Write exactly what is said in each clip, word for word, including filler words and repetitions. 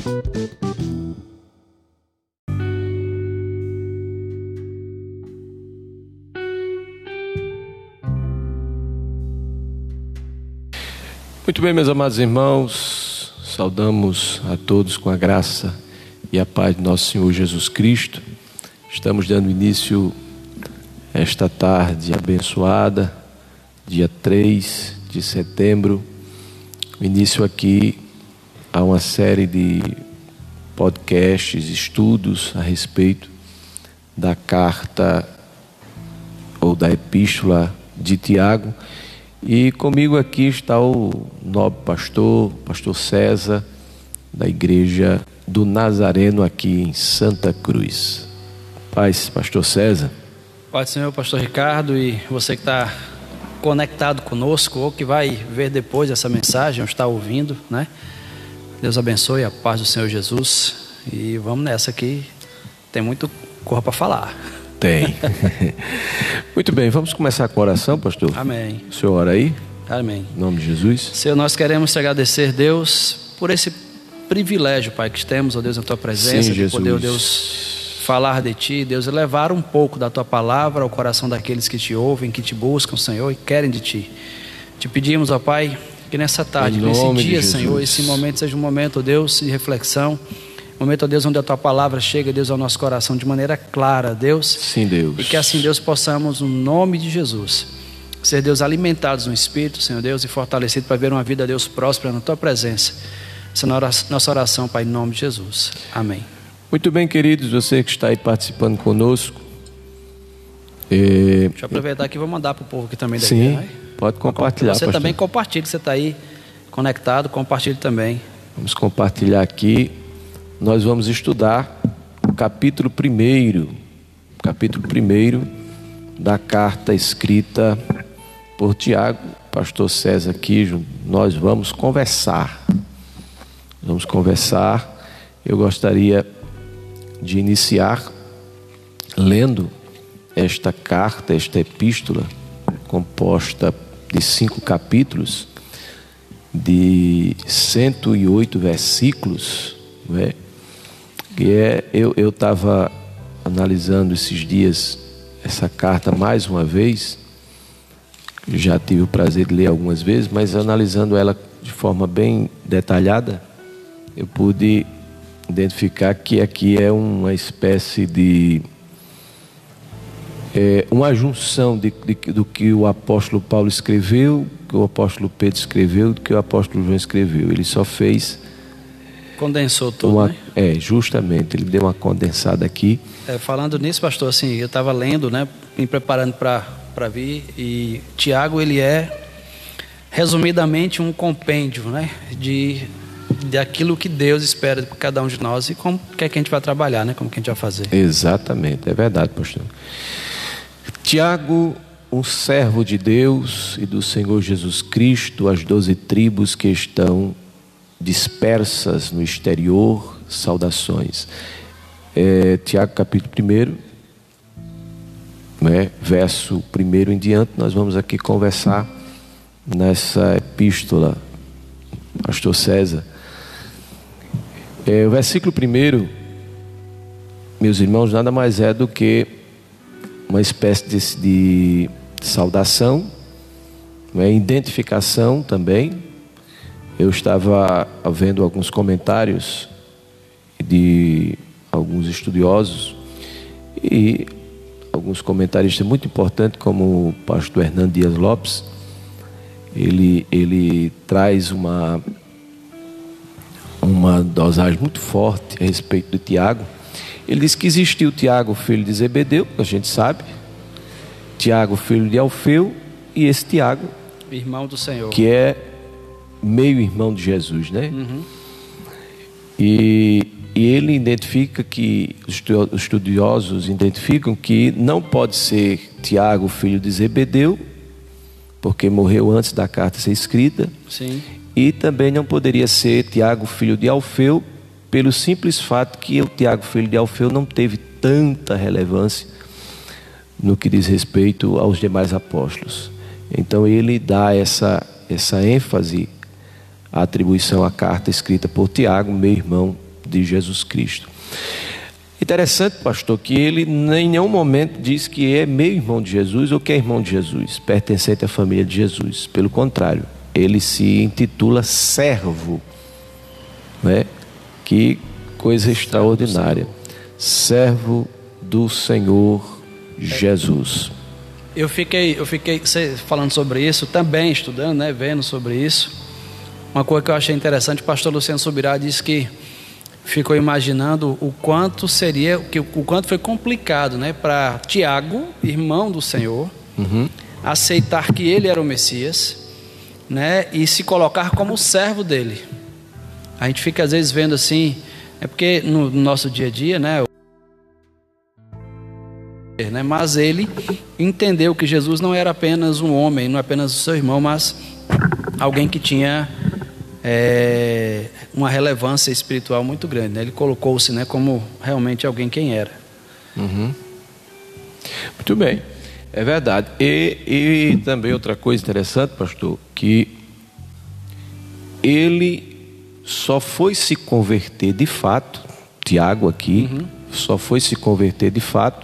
Muito bem, meus amados irmãos, saudamos a todos com a graça e a paz de nosso Senhor Jesus Cristo. Estamos dando início a esta tarde abençoada, dia três de setembro, início aqui a uma série de podcasts, estudos a respeito da carta ou da epístola de Tiago. E comigo aqui está o nobre pastor, pastor César, da Igreja do Nazareno aqui em Santa Cruz. Paz, pastor César. Paz do Senhor, pastor Ricardo, e você que está conectado conosco ou que vai ver depois essa mensagem, ou está ouvindo, né? Deus abençoe, a paz do Senhor Jesus. E vamos nessa aqui, tem muito coisa para falar. Tem. Muito bem, vamos começar com a oração, pastor? Amém. O senhor ora aí? Amém. Em nome de Jesus. Senhor, nós queremos te agradecer, Deus, por esse privilégio, Pai, que temos, ó Deus, na tua presença. Sim, de Jesus. poder, ó Deus, falar de ti, Deus, e levar um pouco da tua palavra ao coração daqueles que te ouvem, que te buscam, Senhor, e querem de ti. Te pedimos, ó Pai, que nessa tarde, nesse dia, Senhor, esse momento seja um momento, ó Deus, de reflexão. Momento, ó Deus, onde a tua palavra chega, Deus, ao nosso coração de maneira clara, Deus. Sim, Deus. E que assim, Deus, possamos, no nome de Jesus, ser, Deus, alimentados no Espírito, Senhor Deus, e fortalecidos para ver uma vida, Deus, próspera na tua presença. Essa é a nossa oração, Pai, em nome de Jesus. Amém. Muito bem, queridos, você que está aí participando conosco. É... Deixa eu aproveitar aqui e vou mandar para o povo aqui também. Daqui, Sim, né? pode compartilhar, Você pastor. também compartilha, que você está aí conectado, compartilhe também. Vamos compartilhar aqui. Nós vamos estudar o capítulo primeiro, capítulo primeiro da carta escrita por Tiago, pastor César aqui. Nós vamos conversar, vamos conversar. Eu gostaria de iniciar lendo esta carta, esta epístola, composta de cinco capítulos, de cento e oito versículos, não é? Que é, eu estava analisando esses dias essa carta mais uma vez. Já tive o prazer de ler algumas vezes, mas analisando ela de forma bem detalhada, eu pude identificar que aqui é uma espécie de é, uma junção de, de, do que o apóstolo Paulo escreveu, que o apóstolo Pedro escreveu, do que o apóstolo João escreveu. Ele só fez... Condensou tudo, uma, né? É, justamente, ele deu uma condensada aqui. É, falando nisso, pastor, assim, eu estava lendo, né, me preparando para vir, e Tiago, ele é, resumidamente, um compêndio, né, de, de aquilo que Deus espera de cada um de nós e como que é que a gente vai trabalhar, né, como que a gente vai fazer. Exatamente, é verdade, pastor. Tiago, um servo de Deus e do Senhor Jesus Cristo, as doze tribos que estão dispersas no exterior, saudações. É, Tiago capítulo primeiro, né, verso primeiro em diante, nós vamos aqui conversar nessa epístola, pastor César. É, o versículo primeiro, meus irmãos, nada mais é do que uma espécie de, de saudação, né, identificação também. Eu estava vendo alguns comentários de alguns estudiosos e alguns comentaristas muito importantes, como o pastor Hernando Dias Lopes. Ele, ele traz uma, uma dosagem muito forte a respeito de Tiago. Ele diz que existiu Tiago, filho de Zebedeu, que a gente sabe, Tiago, filho de Alfeu, e esse Tiago, irmão do Senhor, que é meio irmão de Jesus, né? Uhum. E, e ele identifica que, os estudiosos identificam que não pode ser Tiago, filho de Zebedeu, porque morreu antes da carta ser escrita. Sim. E também não poderia ser Tiago, filho de Alfeu, pelo simples fato que o Tiago, filho de Alfeu, não teve tanta relevância no que diz respeito aos demais apóstolos. Então ele dá essa, essa ênfase, a atribuição à carta escrita por Tiago, meu irmão de Jesus Cristo. Interessante, pastor, que ele em nenhum momento diz que é meio irmão de Jesus ou que é irmão de Jesus, pertencente à família de Jesus. Pelo contrário, ele se intitula servo, né? Que coisa extraordinária. Servo do Senhor Jesus. Eu fiquei, eu fiquei falando sobre isso, também estudando, né, vendo sobre isso. Uma coisa que eu achei interessante, o pastor Luciano Subirá disse que ficou imaginando o quanto seria, o quanto foi complicado, né, para Tiago, irmão do Senhor, uhum. aceitar que ele era o Messias, né, e se colocar como servo dele. A gente fica às vezes vendo assim, é porque no nosso dia a dia, né, né, mas ele entendeu que Jesus não era apenas um homem, não apenas o seu irmão, mas alguém que tinha é, uma relevância espiritual muito grande, né? Ele colocou-se, né, como realmente alguém quem era. Uhum. Muito bem, é verdade. E, e também outra coisa interessante, pastor, que ele só foi se converter de fato, Tiago aqui, uhum. só foi se converter de fato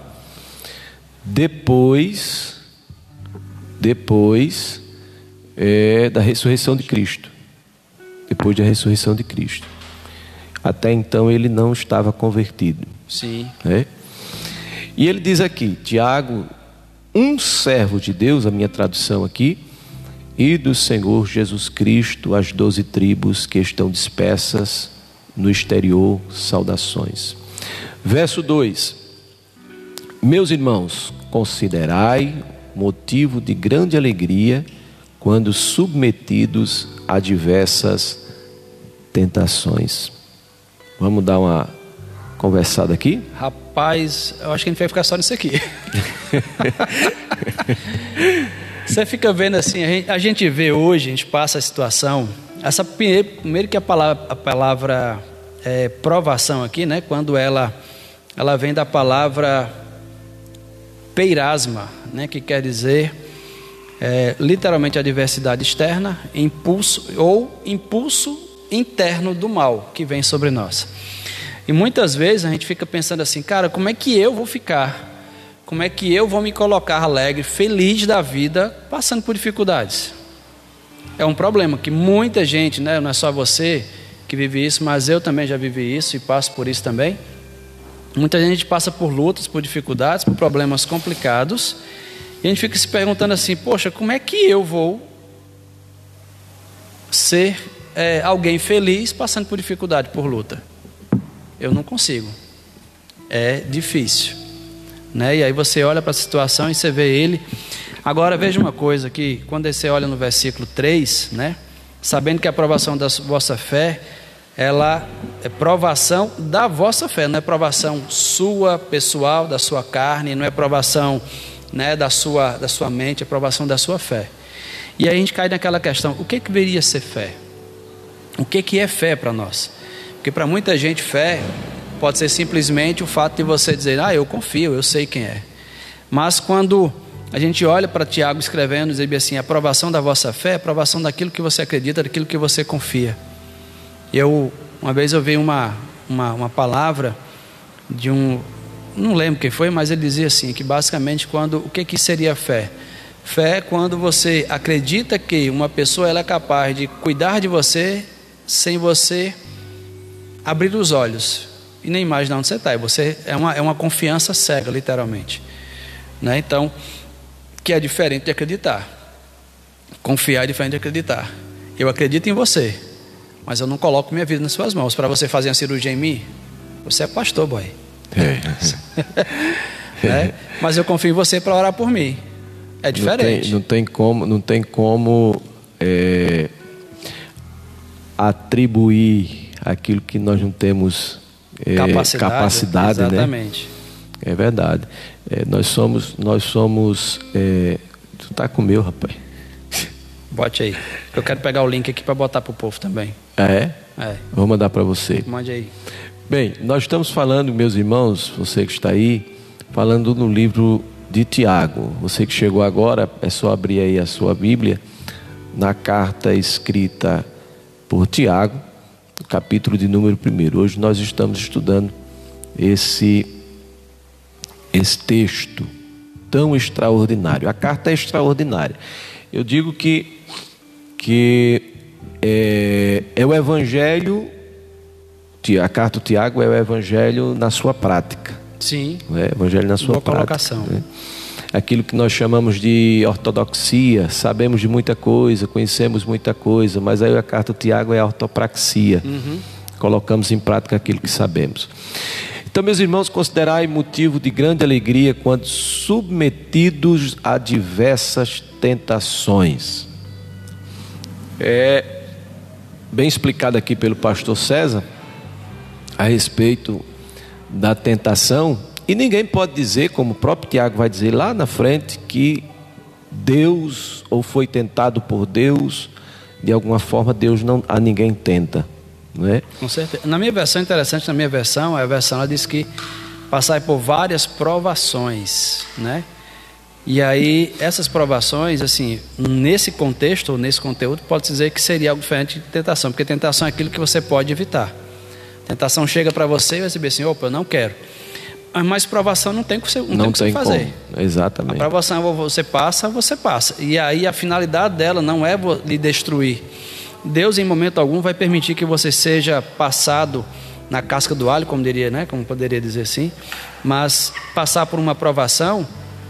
depois, depois é, da ressurreição de Cristo. Depois da ressurreição de Cristo. Até então ele não estava convertido. Sim. Né? E ele diz aqui, Tiago, um servo de Deus, a minha tradução aqui, e do Senhor Jesus Cristo, as doze tribos que estão dispersas no exterior, saudações. Verso dois. Meus irmãos, considerai motivo de grande alegria quando submetidos a diversas tentações. Vamos dar uma conversada aqui? Rapaz, eu acho que a gente vai ficar só nisso aqui. Você fica vendo assim, a gente, a gente vê hoje, a gente passa a situação, essa primeiro, primeiro que a palavra, a palavra é, provação aqui, né? Quando ela, ela vem da palavra peirasma, né, que quer dizer é, literalmente adversidade externa, impulso ou impulso interno do mal que vem sobre nós. E muitas vezes a gente fica pensando assim, cara, como é que eu vou ficar? Como é que eu vou me colocar alegre, feliz da vida, passando por dificuldades? É um problema que muita gente, né, não é só você que vive isso, mas eu também já vivi isso e passo por isso também. Muita gente passa por lutas, por dificuldades, por problemas complicados, e a gente fica se perguntando assim, poxa, como é que eu vou ser é, alguém feliz passando por dificuldade, por luta? Eu não consigo, é difícil, né? E aí você olha para a situação e você vê ele. Agora veja uma coisa aqui, quando você olha no versículo três, né? Sabendo que a aprovação da vossa fé, ela é provação da vossa fé, não é provação sua, pessoal, da sua carne, não é provação, né, da sua, da sua mente, é provação da sua fé. E aí a gente cai naquela questão, o que que deveria ser fé? O que que é fé para nós? Porque para muita gente fé pode ser simplesmente o fato de você dizer, ah, eu confio, eu sei quem é. Mas quando a gente olha para Tiago escrevendo, dizer assim, a aprovação da vossa fé é a aprovação daquilo que você acredita, daquilo que você confia. Eu, uma vez eu vi uma, uma, uma palavra de um, não lembro quem foi, mas ele dizia assim, que basicamente quando, o que que seria fé? Fé é quando você acredita que uma pessoa ela é capaz de cuidar de você sem você abrir os olhos e nem imaginar onde você está. Você, é, uma, é uma confiança cega, literalmente, né? Então, que é diferente de acreditar. Confiar é diferente de acreditar. Eu acredito em você, mas eu não coloco minha vida nas suas mãos. Para você fazer uma cirurgia em mim, você é pastor, boy. É. Né? Mas eu confio em você para orar por mim. É diferente. Não tem, não tem como, não tem como é, atribuir aquilo que nós não temos é, capacidade, capacidade, exatamente. Né? É verdade. É, nós somos, nós somos. É, tu tá com o meu, rapaz. Bote aí. Eu quero pegar o link aqui para botar para o povo também. É? É. Vou mandar para você. Mande aí. Bem, nós estamos falando, meus irmãos, você que está aí, falando no livro de Tiago. Você que chegou agora, é só abrir aí a sua Bíblia, na carta escrita por Tiago, capítulo de número um. Hoje nós estamos estudando esse, esse texto tão extraordinário. A carta é extraordinária. Eu digo que, que é, é o Evangelho, a carta do Tiago é o Evangelho na sua prática. Sim. É, Evangelho na sua Boa prática. Colocação. Né? Aquilo que nós chamamos de ortodoxia, sabemos de muita coisa, conhecemos muita coisa, mas aí a carta do Tiago é a ortopraxia. Uhum. Colocamos em prática aquilo que sabemos. Então, meus irmãos, considerai motivo de grande alegria quando submetidos a diversas tentações. É bem explicado aqui pelo pastor César a respeito da tentação. E ninguém pode dizer, como o próprio Tiago vai dizer lá na frente, que Deus, ou foi tentado por Deus, de alguma forma Deus não, a ninguém tenta, não é? Com certeza. Na minha versão, interessante, na minha versão, a versão ela diz que passar por várias provações, né? E aí, essas provações, assim, nesse contexto, ou nesse conteúdo, pode dizer que seria algo diferente de tentação, porque tentação é aquilo que você pode evitar. Tentação chega para você e você diz assim, opa, eu não quero. Mas provação não tem o que você, não não tem que você fazer. Como. Exatamente. A provação você passa, você passa. E aí a finalidade dela não é lhe destruir. Deus em momento algum vai permitir que você seja passado na casca do alho, como diria, né? Como poderia dizer assim. Mas passar por uma provação.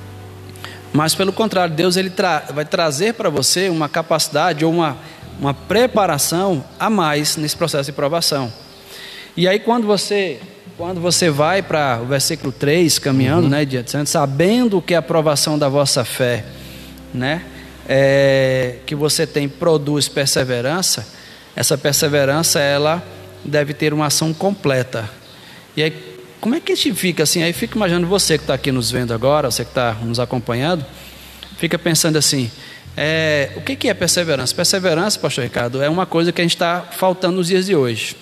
Mas pelo contrário, Deus ele tra- vai trazer para você uma capacidade ou uma, uma preparação a mais nesse processo de provação. E aí quando você... Quando você vai para o versículo três, caminhando, uhum. né, diante, sabendo que a aprovação da vossa fé, né, é, que você tem, produz perseverança, essa perseverança, ela deve ter uma ação completa. E aí, como é que a gente fica assim? Aí fica imaginando você que está aqui nos vendo agora, você que está nos acompanhando, fica pensando assim, é, o que, que é perseverança? Perseverança, pastor Ricardo, é uma coisa que a gente está faltando nos dias de hoje.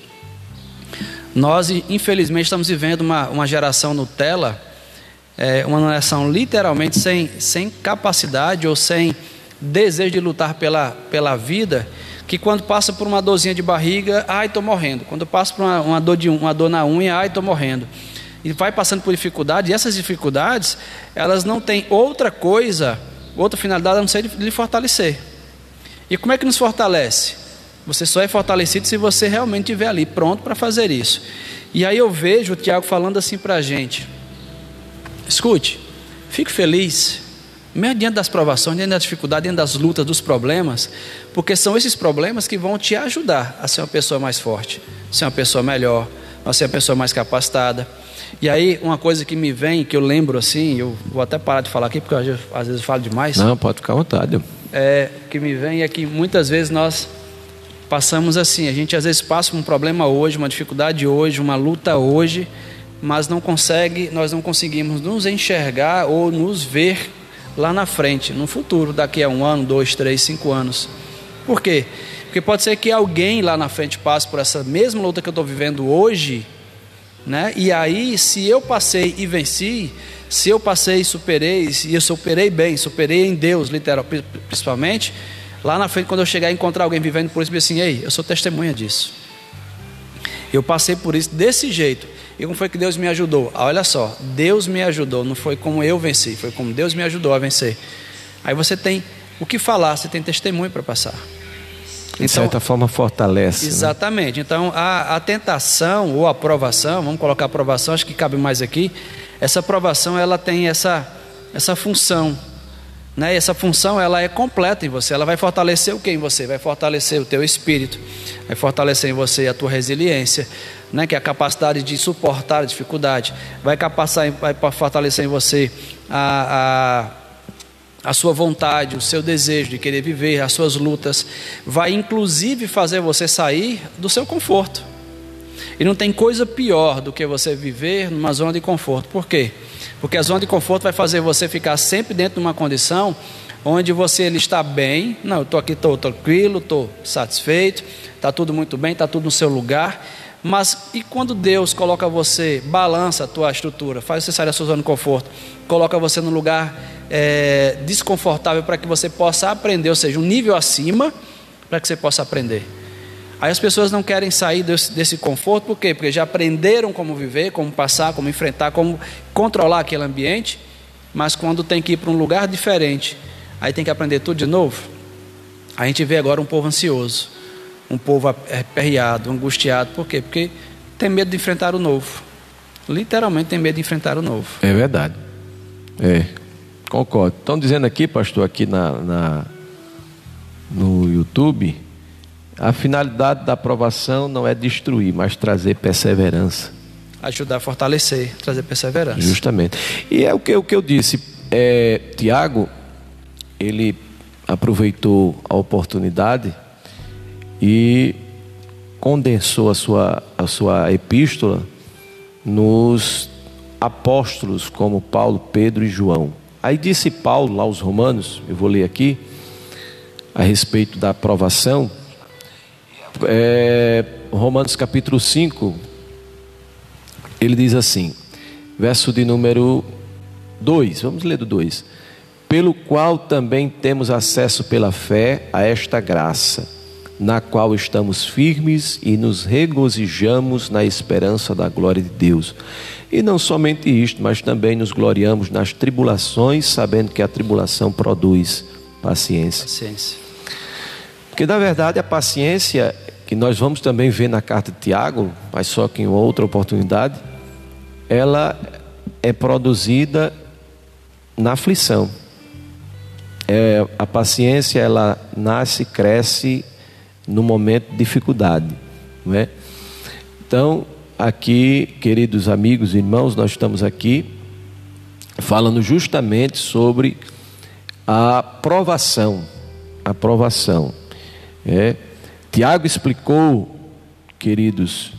Nós, infelizmente, estamos vivendo uma, uma geração Nutella, é, uma geração literalmente sem, sem capacidade ou sem desejo de lutar pela, pela vida, que quando passa por uma dorzinha de barriga, ai, estou morrendo. Quando passa por uma, uma, dor de, uma dor na unha, ai, estou morrendo. E vai passando por dificuldade, e essas dificuldades, elas não têm outra coisa, outra finalidade, a não ser de lhe fortalecer. E como é que nos fortalece? Você só é fortalecido se você realmente estiver ali, pronto para fazer isso. E aí eu vejo o Tiago falando assim para a gente: escute, fique feliz, mesmo diante das provações, diante das dificuldades, diante das lutas, dos problemas, porque são esses problemas que vão te ajudar a ser uma pessoa mais forte, ser uma pessoa melhor, a ser uma pessoa mais capacitada. E aí uma coisa que me vem, que eu lembro assim, eu vou até parar de falar aqui, porque eu, às vezes eu falo demais. Não, pode ficar à vontade. É, o que me vem é que muitas vezes nós passamos assim, a gente às vezes passa por um problema hoje, uma dificuldade hoje, uma luta hoje, mas não consegue, nós não conseguimos nos enxergar ou nos ver lá na frente, no futuro, daqui a um ano, dois, três, cinco anos. Por quê? Porque pode ser que alguém lá na frente passe por essa mesma luta que eu estou vivendo hoje, né? E aí, se eu passei e venci, se eu passei e superei, e eu superei bem, superei em Deus, literal, principalmente, lá na frente, quando eu chegar a encontrar alguém vivendo por isso, eu assim, ei, eu sou testemunha disso. Eu passei por isso desse jeito. E como foi que Deus me ajudou? Ah, olha só, Deus me ajudou, não foi como eu venci, foi como Deus me ajudou a vencer. Aí você tem o que falar, você tem testemunho para passar. De então, certa forma fortalece. Exatamente. Né? Então a, a tentação ou a provação, vamos colocar a provação, acho que cabe mais aqui. Essa provação ela tem essa, essa função. Né? Essa função ela é completa em você, ela vai fortalecer o que em você? Vai fortalecer o teu espírito, vai fortalecer em você a tua resiliência, né? Que é a capacidade de suportar a dificuldade, vai, capacitar, vai fortalecer em você a, a, a sua vontade, o seu desejo de querer viver, as suas lutas, vai inclusive fazer você sair do seu conforto. E não tem coisa pior do que você viver numa zona de conforto. Por quê? Porque a zona de conforto vai fazer você ficar sempre dentro de uma condição onde você ele está bem. Não, eu estou aqui, estou tranquilo, estou satisfeito, está tudo muito bem, está tudo no seu lugar. Mas e quando Deus coloca você, balança a tua estrutura, faz você sair da sua zona de conforto, coloca você num lugar é, desconfortável para que você possa aprender, ou seja, um nível acima para que você possa aprender. Aí as pessoas não querem sair desse, desse conforto, por quê? Porque já aprenderam como viver, como passar, como enfrentar, como controlar aquele ambiente, mas quando tem que ir para um lugar diferente, aí tem que aprender tudo de novo. A gente vê agora um povo ansioso, um povo aperreado, angustiado, por quê? Porque tem medo de enfrentar o novo, literalmente tem medo de enfrentar o novo. É verdade, é, concordo. Estão dizendo aqui, pastor, aqui na, na, no YouTube, a finalidade da aprovação não é destruir, mas trazer perseverança. Ajudar a fortalecer, trazer perseverança. Justamente. E é o que, o que eu disse, é, Tiago, ele aproveitou a oportunidade e condensou a sua, a sua epístola nos apóstolos como Paulo, Pedro e João. Aí disse Paulo lá aos Romanos, eu vou ler aqui, a respeito da aprovação, é, Romanos capítulo cinco, ele diz assim, verso de número dois, vamos ler do dois. Pelo qual também temos acesso pela fé a esta graça, na qual estamos firmes e nos regozijamos na esperança da glória de Deus. E não somente isto, mas também nos gloriamos nas tribulações, sabendo que a tribulação produz paciência. Paciência. Porque na verdade a paciência, que nós vamos também ver na carta de Tiago, mas só que em outra oportunidade, ela é produzida na aflição. É, a paciência, ela nasce e cresce no momento de dificuldade, não é? Então, aqui, queridos amigos e irmãos, nós estamos aqui falando justamente sobre a provação, a provação. É. Tiago explicou, queridos,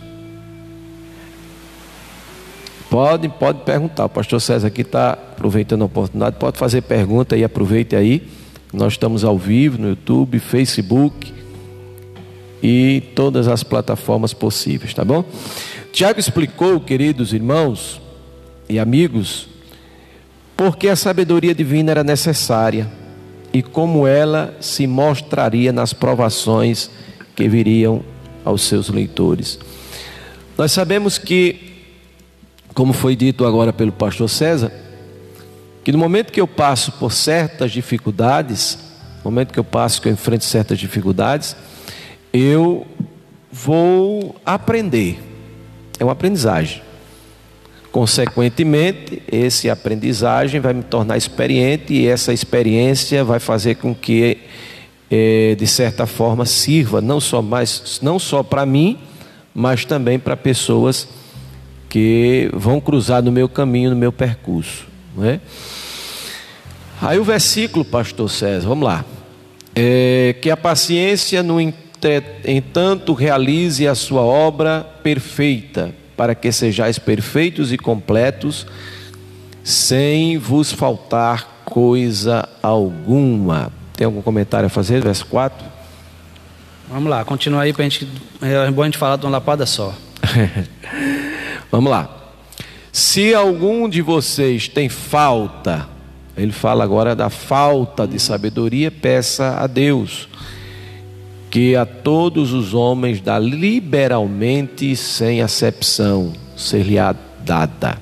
pode, pode perguntar, o pastor César aqui está aproveitando a oportunidade, pode fazer pergunta e aproveite aí, nós estamos ao vivo no YouTube, Facebook e todas as plataformas possíveis, tá bom? Tiago explicou, queridos irmãos e amigos, porque a sabedoria divina era necessária e como ela se mostraria nas provações que viriam aos seus leitores. Nós sabemos que, como foi dito agora pelo pastor César, que no momento que eu passo por certas dificuldades, no momento que eu passo, que eu enfrento certas dificuldades, eu vou aprender. É uma aprendizagem. Consequentemente, essa aprendizagem vai me tornar experiente e essa experiência vai fazer com que, é, de certa forma, sirva não só, mais, não só para mim, mas também para pessoas que vão cruzar no meu caminho, no meu percurso, não é? Aí o versículo, pastor César, vamos lá. É, que a paciência, no entanto, realize a sua obra perfeita, para que sejais perfeitos e completos, sem vos faltar coisa alguma. Tem algum comentário a fazer, verso quatro? Vamos lá, continua aí para a gente, é bom a gente falar de uma lapada só. Vamos lá. Se algum de vocês tem falta, ele fala agora da falta de sabedoria, peça a Deus, que a todos os homens dá liberalmente, sem acepção, ser-lhe-á dada.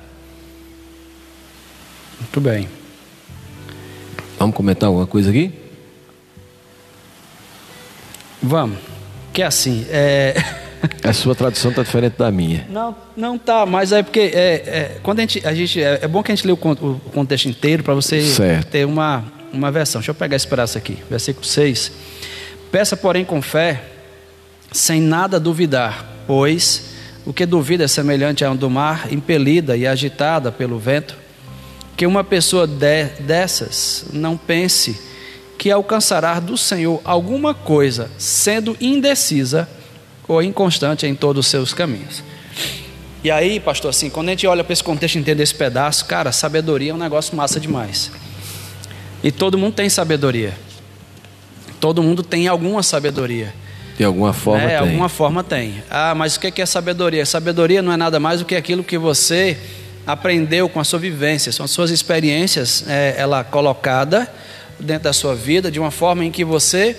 Muito bem. Vamos comentar alguma coisa aqui? Vamos. Que é assim, é... A sua tradução está diferente da minha. Não, não tá, mas é porque é, é, quando a gente, a gente é, é bom que a gente lê o, o contexto inteiro para você certo. ter uma, uma versão. Deixa eu pegar esse pedaço aqui, versículo seis. Peça, porém, com fé, sem nada duvidar, pois o que duvida é semelhante a um do mar, impelida e agitada pelo vento, que uma pessoa de, dessas não pense que alcançará do Senhor alguma coisa, sendo indecisa ou inconstante em todos os seus caminhos. E aí, pastor, assim, quando a gente olha para esse contexto inteiro desse pedaço, cara, sabedoria é um negócio massa demais. E todo mundo tem sabedoria. Todo mundo tem alguma sabedoria. De alguma forma é, tem. alguma forma tem. Ah, mas o que é sabedoria? Sabedoria não é nada mais do que aquilo que você aprendeu com a sua vivência, são as suas experiências, é, ela colocada dentro da sua vida, de uma forma em que você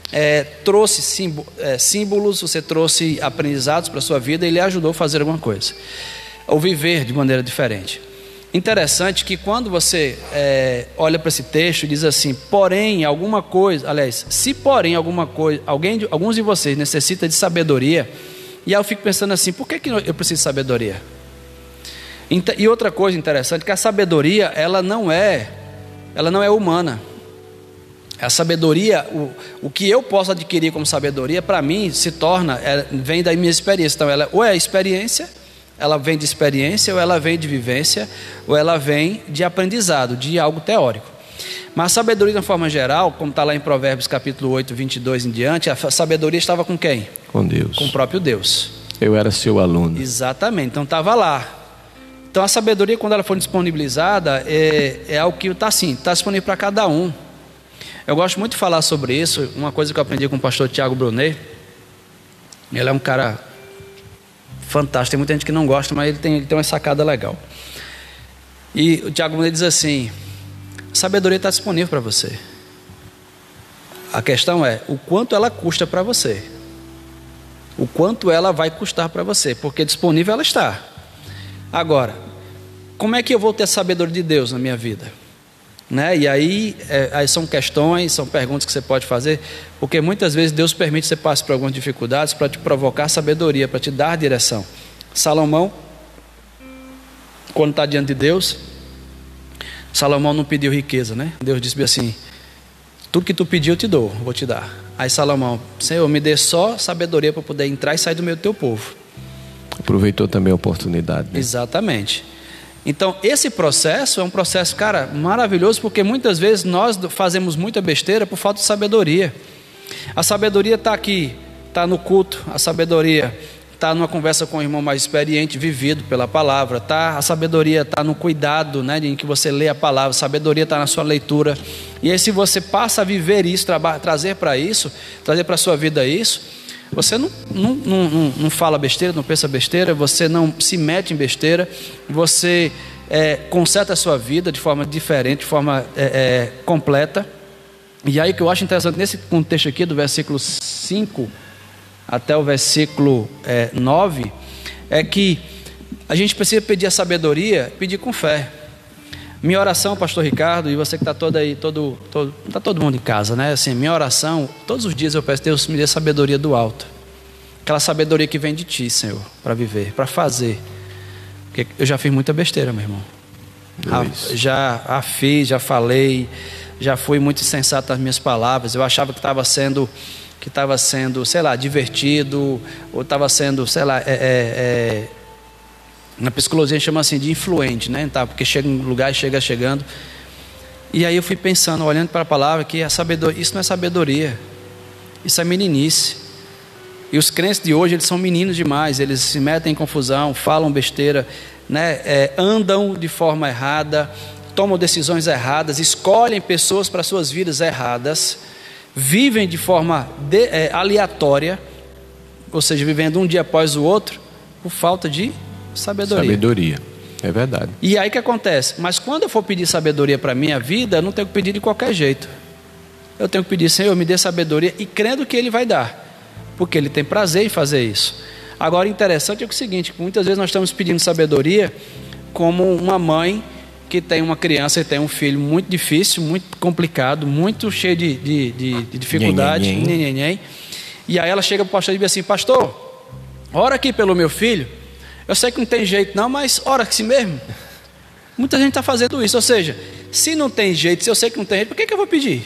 é, trouxe símbolo, é, símbolos, você trouxe aprendizados para a sua vida e lhe ajudou a fazer alguma coisa, ou viver de maneira diferente. Interessante que quando você é, olha para esse texto e diz assim, porém alguma coisa, aliás, se porém alguma coisa, alguém, alguns de vocês necessita de sabedoria, e aí eu fico pensando assim, por que, que eu preciso de sabedoria? E outra coisa interessante, que a sabedoria, ela não é, ela não é humana. A sabedoria, o, o que eu posso adquirir como sabedoria, para mim, se torna, é, vem da minha experiência. Então, ela, ou é experiência, ela vem de experiência, ou ela vem de vivência, ou ela vem de aprendizado, de algo teórico. Mas a sabedoria, de uma forma geral, como está lá em Provérbios capítulo oito, vinte e dois em diante, a sabedoria estava com quem? Com Deus. Com o próprio Deus. Eu era seu aluno. Exatamente, então estava lá. Então a sabedoria, quando ela for disponibilizada, é, é algo que está assim, está disponível para cada um. Eu gosto muito de falar sobre isso. Uma coisa que eu aprendi com o pastor Tiago Brunet, ele é um cara fantástico, tem muita gente que não gosta, mas ele tem, ele tem uma sacada legal. E o Tiago Brunet diz assim, a sabedoria está disponível para você. A questão é, o quanto ela custa para você. O quanto ela vai custar para você, porque disponível ela está. Agora, como é que eu vou ter a sabedoria de Deus na minha vida? Né? E aí, é, aí são questões, são perguntas que você pode fazer, porque muitas vezes Deus permite que você passe por algumas dificuldades para te provocar sabedoria, para te dar direção. Salomão, quando está diante de Deus, Salomão não pediu riqueza, né? Deus disse assim, tudo que tu pediu eu te dou, vou te dar. Aí Salomão, Senhor, me dê só sabedoria para poder entrar e sair do meio do teu povo. Aproveitou também a oportunidade, né? Exatamente. Então esse processo é um processo, cara, maravilhoso, porque muitas vezes nós fazemos muita besteira por falta de sabedoria. A sabedoria está aqui, está no culto, a sabedoria está numa conversa com o irmão mais experiente, vivido pela palavra, tá? A sabedoria está no cuidado, né, em que você lê a palavra, a sabedoria está na sua leitura. E aí se você passa a viver isso, tra- trazer para isso, trazer para a sua vida isso, você não, não, não, não fala besteira, não pensa besteira, você não se mete em besteira, você é, conserta a sua vida de forma diferente, de forma é, é, completa. E aí o que eu acho interessante nesse contexto aqui, do versículo cinco até o versículo é, nove, é que a gente precisa pedir a sabedoria, pedir com fé. Minha oração, pastor Ricardo, e você que está todo aí, todo, todo, tá todo mundo em casa, né? Assim, minha oração, todos os dias eu peço, Deus me dê sabedoria do alto. Aquela sabedoria que vem de ti, Senhor, para viver, para fazer. Porque eu já fiz muita besteira, meu irmão. A, já a fiz, já falei, já fui muito insensato nas minhas palavras. Eu achava que estava sendo, que estava sendo, sei lá, divertido, ou estava sendo, sei lá, é... é, é na psicologia chama assim de influente, né? Tá, porque chega em lugar e chega chegando. E aí eu fui pensando, olhando para a palavra, que a sabedoria, isso não é sabedoria, isso é meninice. E os crentes de hoje, eles são meninos demais, eles se metem em confusão, falam besteira, né? É, andam de forma errada, tomam decisões erradas, escolhem pessoas para suas vidas erradas, vivem de forma de, é, aleatória, ou seja, vivendo um dia após o outro, por falta de sabedoria. Sabedoria, é verdade. E aí o que acontece? Mas quando eu for pedir sabedoria para a minha vida, eu não tenho que pedir de qualquer jeito. Eu tenho que pedir, Senhor, me dê sabedoria, e crendo que Ele vai dar, porque Ele tem prazer em fazer isso. Agora, interessante é o seguinte, que muitas vezes nós estamos pedindo sabedoria como uma mãe que tem uma criança e tem um filho muito difícil, muito complicado, muito cheio de, de, de, de dificuldade, nhen, nhen, nhen. E aí ela chega para o pastor e diz assim, pastor, ora aqui pelo meu filho. Eu sei que não tem jeito não, mas ora que se mesmo. Muita gente está fazendo isso. Ou seja, se não tem jeito, se eu sei que não tem jeito, por que, que eu vou pedir?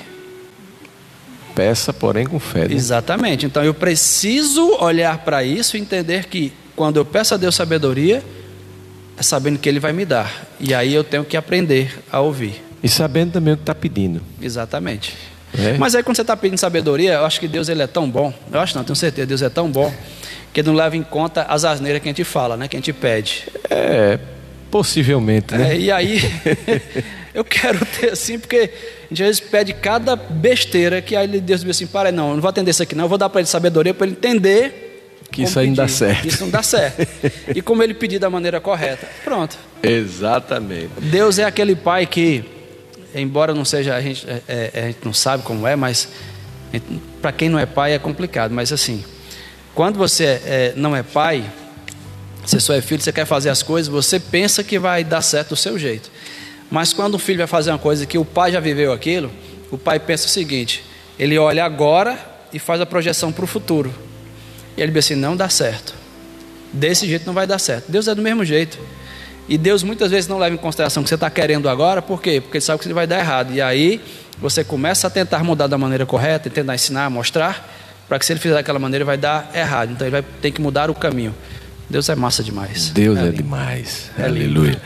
Peça, porém com fé, né? Exatamente. Então eu preciso olhar para isso e entender que quando eu peço a Deus sabedoria, é sabendo que Ele vai me dar. E aí eu tenho que aprender a ouvir. E sabendo também o que está pedindo. Exatamente. É? Mas aí quando você está pedindo sabedoria, eu acho que Deus ele é tão bom. Eu acho não, tenho certeza, Deus é tão bom, que não leva em conta as asneiras que a gente fala, né? Que a gente pede. É, possivelmente, né? É, e aí, eu quero ter assim, porque a gente às vezes pede cada besteira, que aí Deus diz assim, para, não, eu não vou atender isso aqui não, eu vou dar para ele sabedoria, para ele entender que isso aí não dá certo. Isso não dá certo. E como ele pedir da maneira correta. Pronto. Exatamente. Deus é aquele pai que, embora não seja, a gente, é, a gente não sabe como é, mas Para quem não é pai é complicado, mas assim, quando você é, não é pai, você só é filho, você quer fazer as coisas, você pensa que vai dar certo do seu jeito. Mas quando o filho vai fazer uma coisa que o pai já viveu aquilo, o pai pensa o seguinte, ele olha agora e faz a projeção para o futuro. E ele diz assim, não dá certo. Desse jeito não vai dar certo. Deus é do mesmo jeito. E Deus muitas vezes não leva em consideração o que você está querendo agora, por quê? Porque ele sabe que você vai dar errado. E aí você começa a tentar mudar da maneira correta, tentar ensinar, mostrar, para que se ele fizer daquela maneira vai dar errado. Então ele vai ter que mudar o caminho. Deus é massa demais. Deus é, é demais. É Aleluia.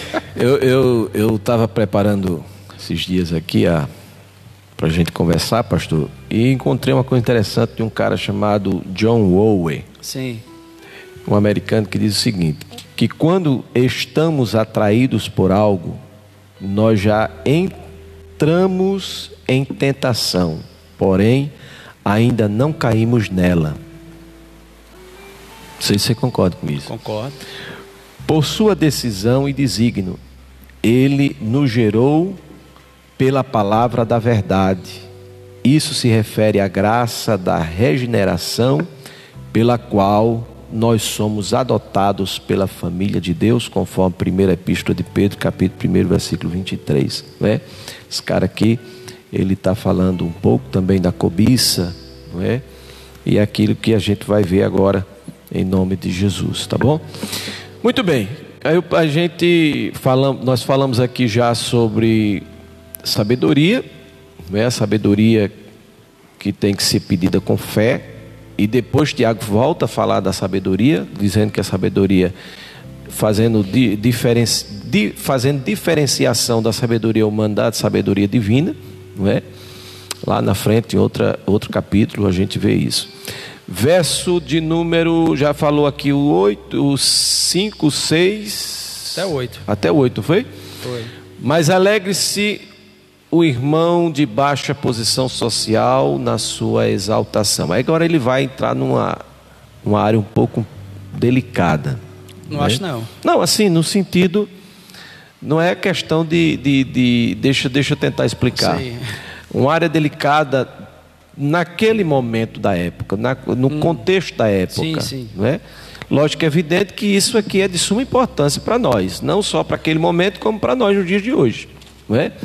Eu estava preparando esses dias aqui para a gente conversar, pastor, e encontrei uma coisa interessante de um cara chamado John Owen. Sim. Um americano que diz o seguinte, que quando estamos atraídos por algo, nós já entramos em tentação, porém ainda não caímos nela. Não sei se você concorda com isso. Concordo. Por sua decisão e desígnio, ele nos gerou pela palavra da verdade. Isso se refere à graça da regeneração, pela qual nós somos adotados pela família de Deus, conforme a primeira epístola de Pedro, capítulo primeiro, versículo vinte e três. Não é? Esse cara aqui, ele está falando um pouco também da cobiça, não é? E é aquilo que a gente vai ver agora, em nome de Jesus, tá bom? Muito bem, aí a gente falamos, nós falamos aqui já sobre sabedoria, não é? A sabedoria que tem que ser pedida com fé. E depois Tiago volta a falar da sabedoria, dizendo que a sabedoria, fazendo, di, diferen, di, fazendo diferenciação da sabedoria humana da sabedoria divina, não é? Lá na frente, em outra, outro capítulo, a gente vê isso. Verso de número, já falou aqui o oito, o cinco, seis... Até o oito. Até o oito, não foi? Foi. Mas alegre-se o irmão de baixa posição social na sua exaltação. Aí agora ele vai entrar numa uma área um pouco delicada. Não né? acho não. Não, assim, no sentido, não é questão de, de, de deixa, deixa eu tentar explicar. Sim. Uma área delicada naquele momento da época, na, no hum. contexto da época. Sim, sim. Não é? Lógico que é evidente que isso aqui é de suma importância para nós, não só para aquele momento, como para nós nos dias de hoje. Não é?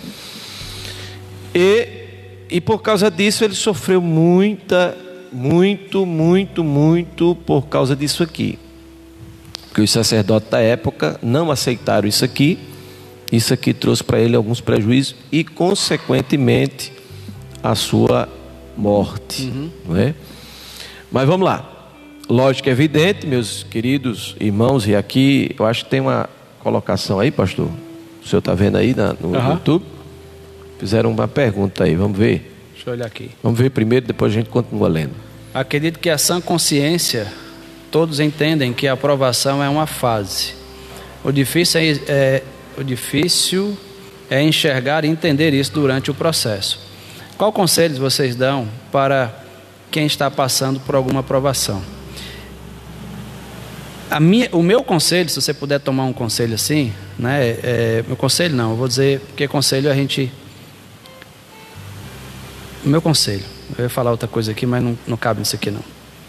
E, e por causa disso ele sofreu muita, muito, muito, muito por causa disso aqui. Porque os sacerdotes da época não aceitaram isso aqui. Isso aqui trouxe para ele alguns prejuízos e, consequentemente, a sua morte. Uhum. Não é? Mas vamos lá. Lógico que é evidente, meus queridos irmãos, e aqui eu acho que tem uma colocação aí, pastor. O senhor está vendo aí na, no uhum. YouTube? Fizeram uma pergunta aí, vamos ver. Deixa eu olhar aqui. Vamos ver primeiro, depois a gente continua lendo. Acredito que a sã consciência, todos entendem que a aprovação é uma fase. O difícil é, é, o difícil é enxergar e entender isso durante o processo. Qual conselhos vocês dão para quem está passando por alguma aprovação? A minha, o meu conselho, se você puder tomar um conselho assim, né? É, meu conselho não, eu vou dizer, porque conselho a gente... O meu conselho, eu ia falar outra coisa aqui, mas não, não cabe nisso aqui não.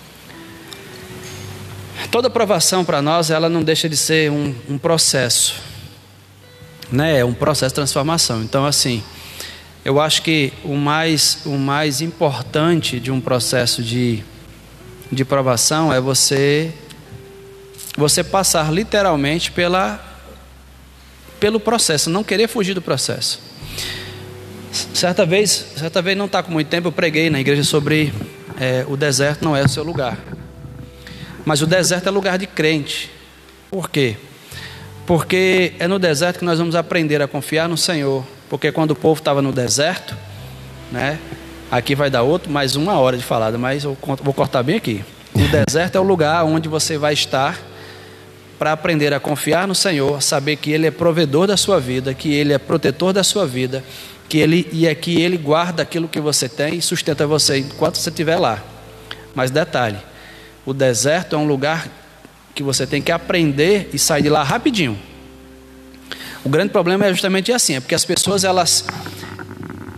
Toda aprovação para nós, ela não deixa de ser um, um processo, né? É um processo de transformação. Então, assim, eu acho que o mais, o mais importante de um processo de, de provação é você, você passar literalmente pela, pelo processo, não querer fugir do processo. Certa vez, certa vez não está com muito tempo, eu preguei na igreja sobre é, o deserto não é o seu lugar. Mas o deserto é lugar de crente. Por quê? Porque é no deserto que nós vamos aprender a confiar no Senhor. Porque quando o povo estava no deserto, né? Aqui vai dar outro, mais uma hora de falada, mas eu vou cortar bem aqui. O deserto é o lugar onde você vai estar para aprender a confiar no Senhor, saber que Ele é provedor da sua vida, que Ele é protetor da sua vida, que Ele, e é que Ele guarda aquilo que você tem e sustenta você enquanto você estiver lá. Mas detalhe, o deserto é um lugar que você tem que aprender e sair de lá rapidinho. O grande problema é justamente assim, é porque as pessoas elas,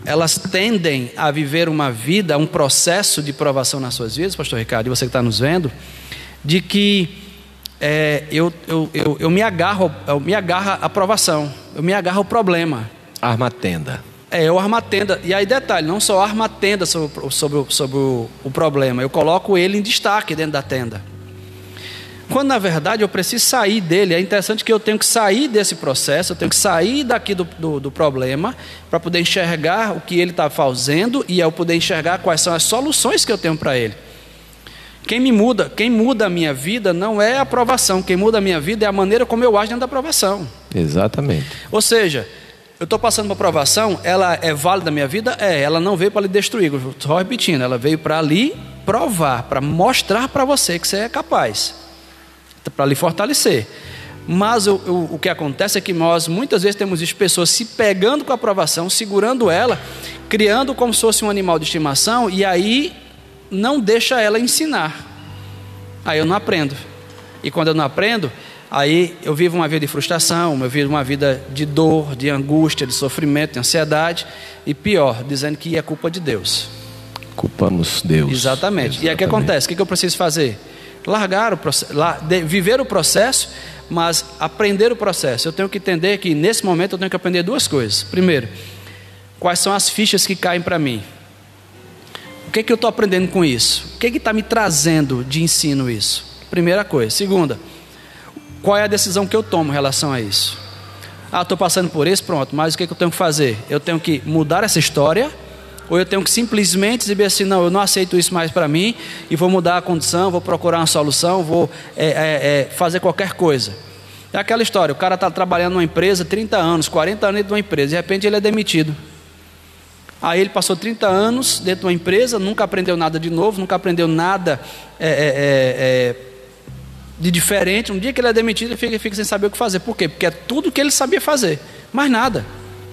elas tendem a viver uma vida, um processo de provação nas suas vidas, pastor Ricardo, e você que está nos vendo, de que é, eu, eu, eu, eu me agarro, eu me agarro à provação, eu me agarro ao problema. Arma a tenda. É, eu armo a tenda, e aí detalhe, não só armo a tenda sobre, sobre, sobre o, o problema, eu coloco ele em destaque dentro da tenda. Quando na verdade eu preciso sair dele. É interessante que eu tenho que sair desse processo, eu tenho que sair daqui do, do, do problema, para poder enxergar o que ele está fazendo, e eu poder enxergar quais são as soluções que eu tenho para ele. Quem me muda, quem muda a minha vida não é a aprovação, quem muda a minha vida é a maneira como eu acho dentro da aprovação. Exatamente. Ou seja, eu estou passando uma aprovação, ela é válida na minha vida? É, ela não veio para lhe destruir, só repetindo, ela veio para lhe provar, para mostrar para você que você é capaz, para lhe fortalecer. Mas o, o, o que acontece é que nós muitas vezes temos visto pessoas se pegando com a aprovação, segurando ela, criando como se fosse um animal de estimação, e aí não deixa ela ensinar. Aí eu não aprendo. E quando eu não aprendo, aí eu vivo uma vida de frustração, eu vivo uma vida de dor, de angústia, de sofrimento, de ansiedade, e pior, dizendo que é culpa de Deus. Culpamos Deus. Exatamente. Exatamente. E aí o que acontece? O que eu preciso fazer? Largar o processo, viver o processo, mas aprender o processo. Eu tenho que entender que nesse momento eu tenho que aprender duas coisas. Primeiro, quais são as fichas que caem para mim? O que é que eu estou aprendendo com isso? O que é que está me trazendo de ensino isso? Primeira coisa. Segunda, qual é a decisão que eu tomo em relação a isso? Ah, estou passando por isso, pronto, mas o que é que eu tenho que fazer? Eu tenho que mudar essa história, ou eu tenho que simplesmente dizer assim, não, eu não aceito isso mais para mim, e vou mudar a condição, vou procurar uma solução, vou é, é, é, fazer qualquer coisa. É aquela história, o cara está trabalhando numa empresa, trinta anos, quarenta anos dentro de uma empresa, de repente ele é demitido. Aí ele passou trinta anos dentro de uma empresa, nunca aprendeu nada de novo, nunca aprendeu nada é, é, é, de diferente. Um dia que ele é demitido, ele fica, fica sem saber o que fazer. Por quê? Porque é tudo que ele sabia fazer, mais nada.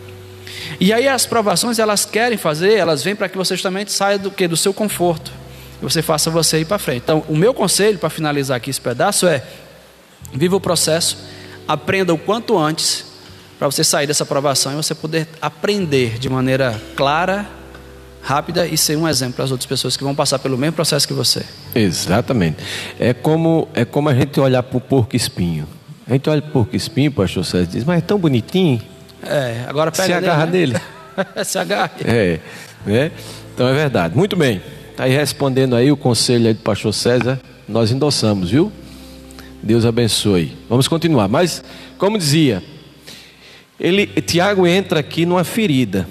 E aí as provações, elas querem fazer, elas vêm para que você justamente saia do, que, do seu conforto, e você faça você ir para frente. Então o meu conselho, para finalizar aqui esse pedaço, é: viva o processo, aprenda o quanto antes, para você sair dessa provação e você poder aprender de maneira clara, rápida, e ser um exemplo para as outras pessoas que vão passar pelo mesmo processo que você. Exatamente. É como, é como a gente olhar para o porco espinho. A gente olha para o porco espinho, pastor César, diz, mas é tão bonitinho. É, agora pega se agarra dele, né? nele. Se agarra. É, né? Então é verdade. Muito bem. Está aí respondendo aí o conselho aí do pastor César. Nós endossamos, viu? Deus abençoe. Vamos continuar. Mas, como dizia, ele, Tiago entra aqui numa ferida.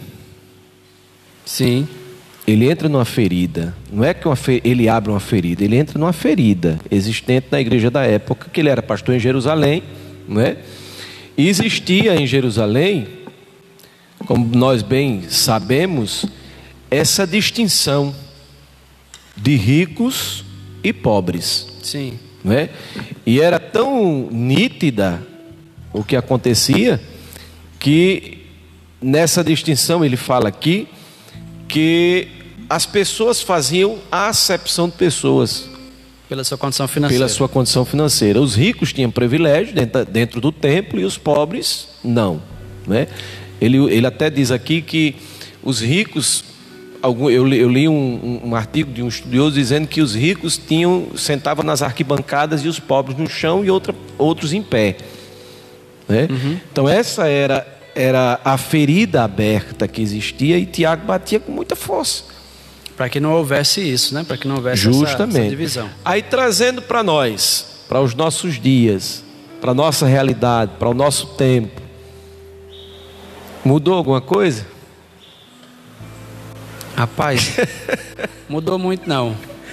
Sim. Ele entra numa ferida. Não é que uma fe... ele abre uma ferida. Ele entra numa ferida existente na igreja da época, que ele era pastor em Jerusalém, não é? E existia em Jerusalém, como nós bem sabemos, essa distinção de ricos e pobres. Sim. Não é? E era tão nítida o que acontecia, que nessa distinção ele fala aqui, que as pessoas faziam a acepção de pessoas pela sua condição financeira. Pela sua condição financeira. Os ricos tinham privilégio dentro, dentro do templo, e os pobres não, né? Ele, ele até diz aqui que os ricos, algum, eu, eu li um, um artigo de um estudioso dizendo que os ricos tinham, sentavam nas arquibancadas e os pobres no chão e outra, outros em pé, né? Uhum. Então essa era, era a ferida aberta que existia, e Tiago batia com muita força. Para que não houvesse isso, né? Para que não houvesse justamente essa, essa divisão. Aí trazendo para nós, para os nossos dias, para a nossa realidade, para o nosso tempo, mudou alguma coisa? Rapaz, mudou muito não.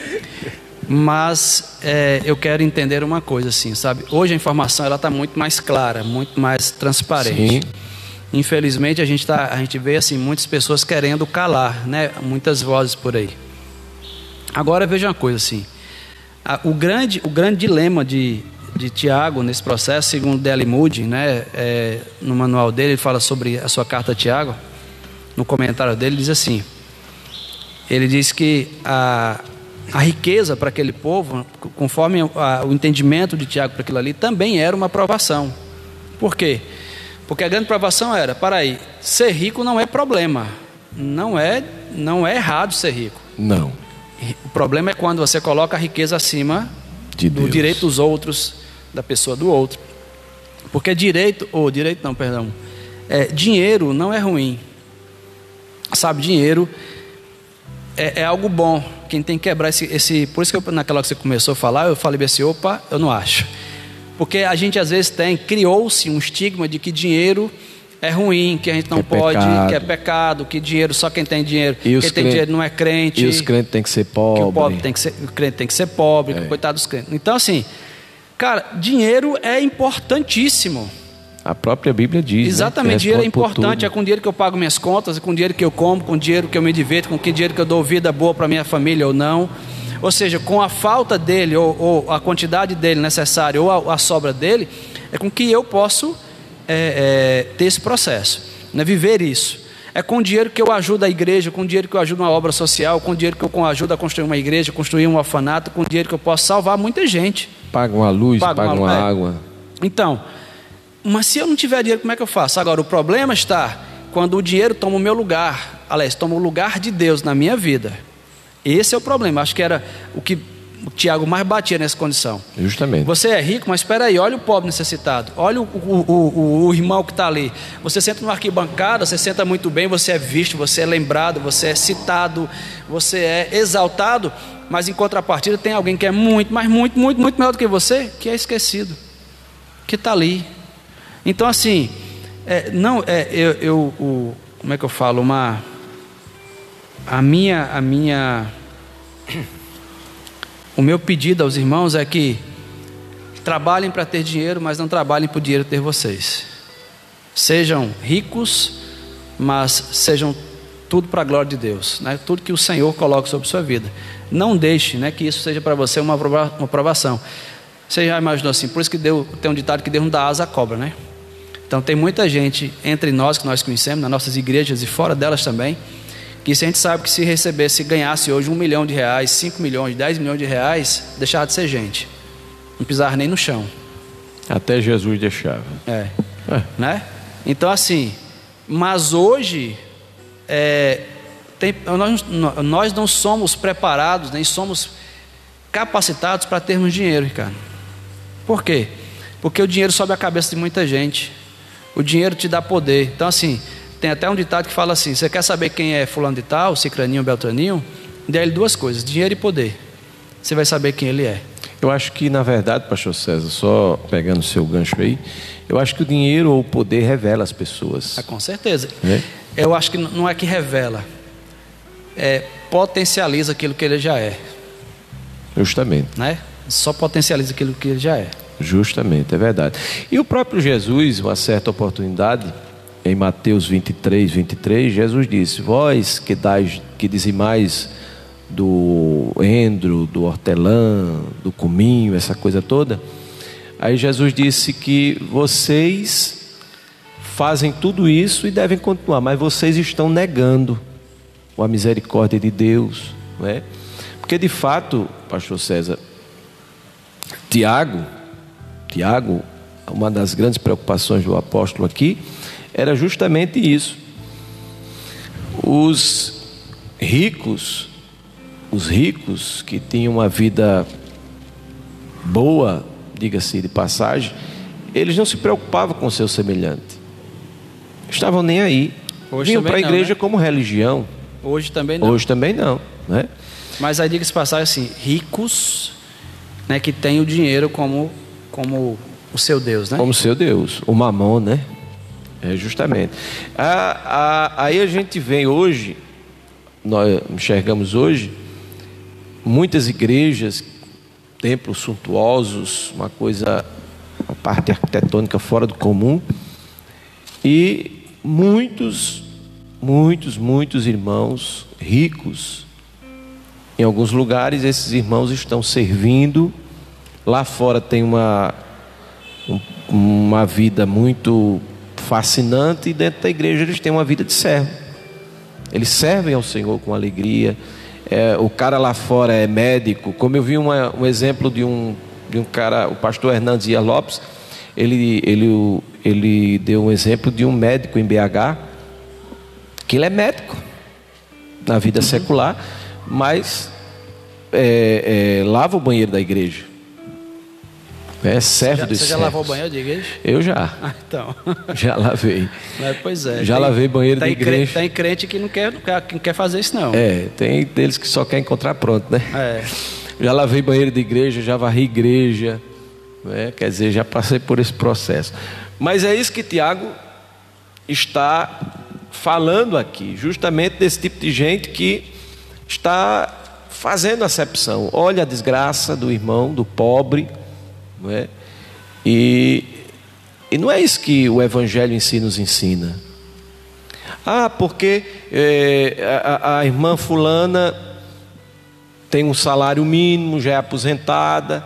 Mas é, eu quero entender uma coisa assim, sabe? Hoje a informação ela está muito mais clara, muito mais transparente. Sim. Infelizmente a gente, tá, a gente vê assim, muitas pessoas querendo calar, né? Muitas vozes por aí. Agora veja uma coisa assim, a, o, grande, o grande dilema de, de Tiago nesse processo, segundo D L Moody, né? É, no manual dele, ele fala sobre a sua carta a Tiago. No comentário dele diz assim, ele diz que a, a riqueza para aquele povo, conforme a, o entendimento de Tiago para aquilo ali, também era uma provação. Por quê? Porque a grande provação era, para aí, ser rico não é problema, não é, não é errado ser rico. Não. O problema é quando você coloca a riqueza acima de do Deus. direito dos outros, da pessoa do outro. Porque direito, ou direito não, perdão, é, dinheiro não é ruim. Sabe, dinheiro é, é algo bom. Quem tem que quebrar esse, esse... Por isso que eu, naquela hora que você começou a falar, eu falei assim, opa, eu não acho. Porque a gente às vezes tem, criou-se um estigma de que dinheiro é ruim, que a gente não que é pode, pecado. que é pecado, que dinheiro, só quem tem dinheiro, E quem os tem crentes, dinheiro não é crente. E os crentes têm que ser pobres. Que o pobre tem que ser, o crente tem que ser pobre, É. que coitado dos crentes. Então assim, cara, dinheiro é importantíssimo. A própria Bíblia diz. Exatamente, né? dinheiro é Responde por importante, tudo. é com dinheiro que eu pago minhas contas, é com dinheiro que eu como, com dinheiro que eu me divirto, com que dinheiro que eu dou vida boa para minha família ou não. Ou seja, com a falta dele, ou, ou a quantidade dele necessária, ou a, a sobra dele, é com que eu posso é, é, ter esse processo, né? Viver isso. É com dinheiro que eu ajudo a igreja, com dinheiro que eu ajudo uma obra social, com dinheiro que eu ajudo a construir uma igreja, construir um orfanato, com dinheiro que eu posso salvar muita gente. Paga uma luz, Paga paga uma- uma, é. água. Então, mas se eu não tiver dinheiro, como é que eu faço? Agora, o problema está quando o dinheiro toma o meu lugar, aliás, toma o lugar de Deus na minha vida. Esse é o problema. Acho que era o que o Tiago mais batia nessa condição. Justamente. Você é rico, mas espera aí, olha o pobre necessitado, olha o, o, o, o irmão que está ali. Você senta numa arquibancada, você senta muito bem, você é visto, você é lembrado, você é citado, você é exaltado, mas em contrapartida tem alguém que é muito, mas muito, muito, muito melhor do que você, que é esquecido, que está ali. Então assim, é, não, é, eu, eu o, como é que eu falo, uma, a minha, a minha, o meu pedido aos irmãos é que trabalhem para ter dinheiro, mas não trabalhem para o dinheiro ter vocês. Sejam ricos, mas sejam tudo para a glória de Deus, né? Tudo que o Senhor coloca sobre a sua vida. Não deixe, né, que isso seja para você uma uma provação. Você já imaginou assim? Por isso que deu, tem um ditado que Deus não dá asa à cobra, né? Então tem muita gente entre nós que nós conhecemos, nas nossas igrejas e fora delas também, que se a gente sabe que se recebesse, ganhasse hoje um milhão de reais, cinco milhões, dez milhões de reais, deixava de ser gente. Não pisava nem no chão. Até Jesus deixava. É. É. Né? Então assim, mas hoje é, tem, nós, nós não somos preparados, nem somos capacitados para termos dinheiro, cara. Por quê? Porque o dinheiro sobe a cabeça de muita gente. O dinheiro te dá poder. Então assim, tem até um ditado que fala assim: você quer saber quem é fulano de tal, cicraninho, beltraninho? Dê ele duas coisas, dinheiro e poder. Você vai saber quem ele é. Eu acho que, na verdade, pastor César, só pegando o seu gancho aí, eu acho que o dinheiro ou o poder revela as pessoas. Ah, com certeza. É. Eu acho que não é que revela, é, potencializa aquilo que ele já é, Justamente. né? Só potencializa aquilo que ele já é. Justamente, é verdade. E o próprio Jesus, uma certa oportunidade, em Mateus vinte e três, vinte e três, Jesus disse: vós que dais, que dizimais do endro, do hortelã, do cominho, essa coisa toda. Aí Jesus disse que vocês fazem tudo isso e devem continuar, mas vocês estão negando a misericórdia de Deus, não é? Porque de fato, pastor César, Tiago, Tiago, uma das grandes preocupações do apóstolo aqui era justamente isso. Os ricos, os ricos que tinham uma vida boa, diga-se de passagem, eles não se preocupavam com o seu semelhante. Estavam nem aí. Hoje Vinham para a também não, igreja, né? como religião. Hoje também não. Hoje também não, né? Mas aí diga-se passagem assim, ricos, né, que têm o dinheiro como, como o seu Deus, né? Como seu Deus, o mamon, né? É justamente. Ah, ah, aí a gente vem hoje, nós enxergamos hoje, muitas igrejas, templos suntuosos, uma coisa, uma parte arquitetônica fora do comum, e muitos, muitos, muitos irmãos ricos. Em alguns lugares esses irmãos estão servindo, lá fora tem uma, uma vida muito fascinante, e dentro da igreja eles têm uma vida de servo. Eles servem ao Senhor com alegria. É, o cara lá fora é médico, como eu vi uma, um exemplo de um, de um cara, o pastor Hernandes Dias Lopes, ele, ele, ele deu um exemplo de um médico em B H, que ele é médico, na vida secular, mas é, é, lava o banheiro da igreja. É, serve você já, dos Você já servos. lavou o banheiro de igreja? Eu já. Ah, então. Já lavei. Mas, pois é. Já tem, lavei banheiro tem de igreja. Crente, tem crente que não quer, não quer, não quer fazer isso, não. É, tem deles que só quer encontrar pronto, né? É. Já lavei banheiro de igreja, já varri igreja, né? Quer dizer, já passei por esse processo. Mas é isso que Tiago está falando aqui, justamente desse tipo de gente que está fazendo acepção. Olha a desgraça do irmão, do pobre, não é? E, e não é isso que o Evangelho em si nos ensina. Ah, porque é, a, a irmã fulana tem um salário mínimo, já é aposentada,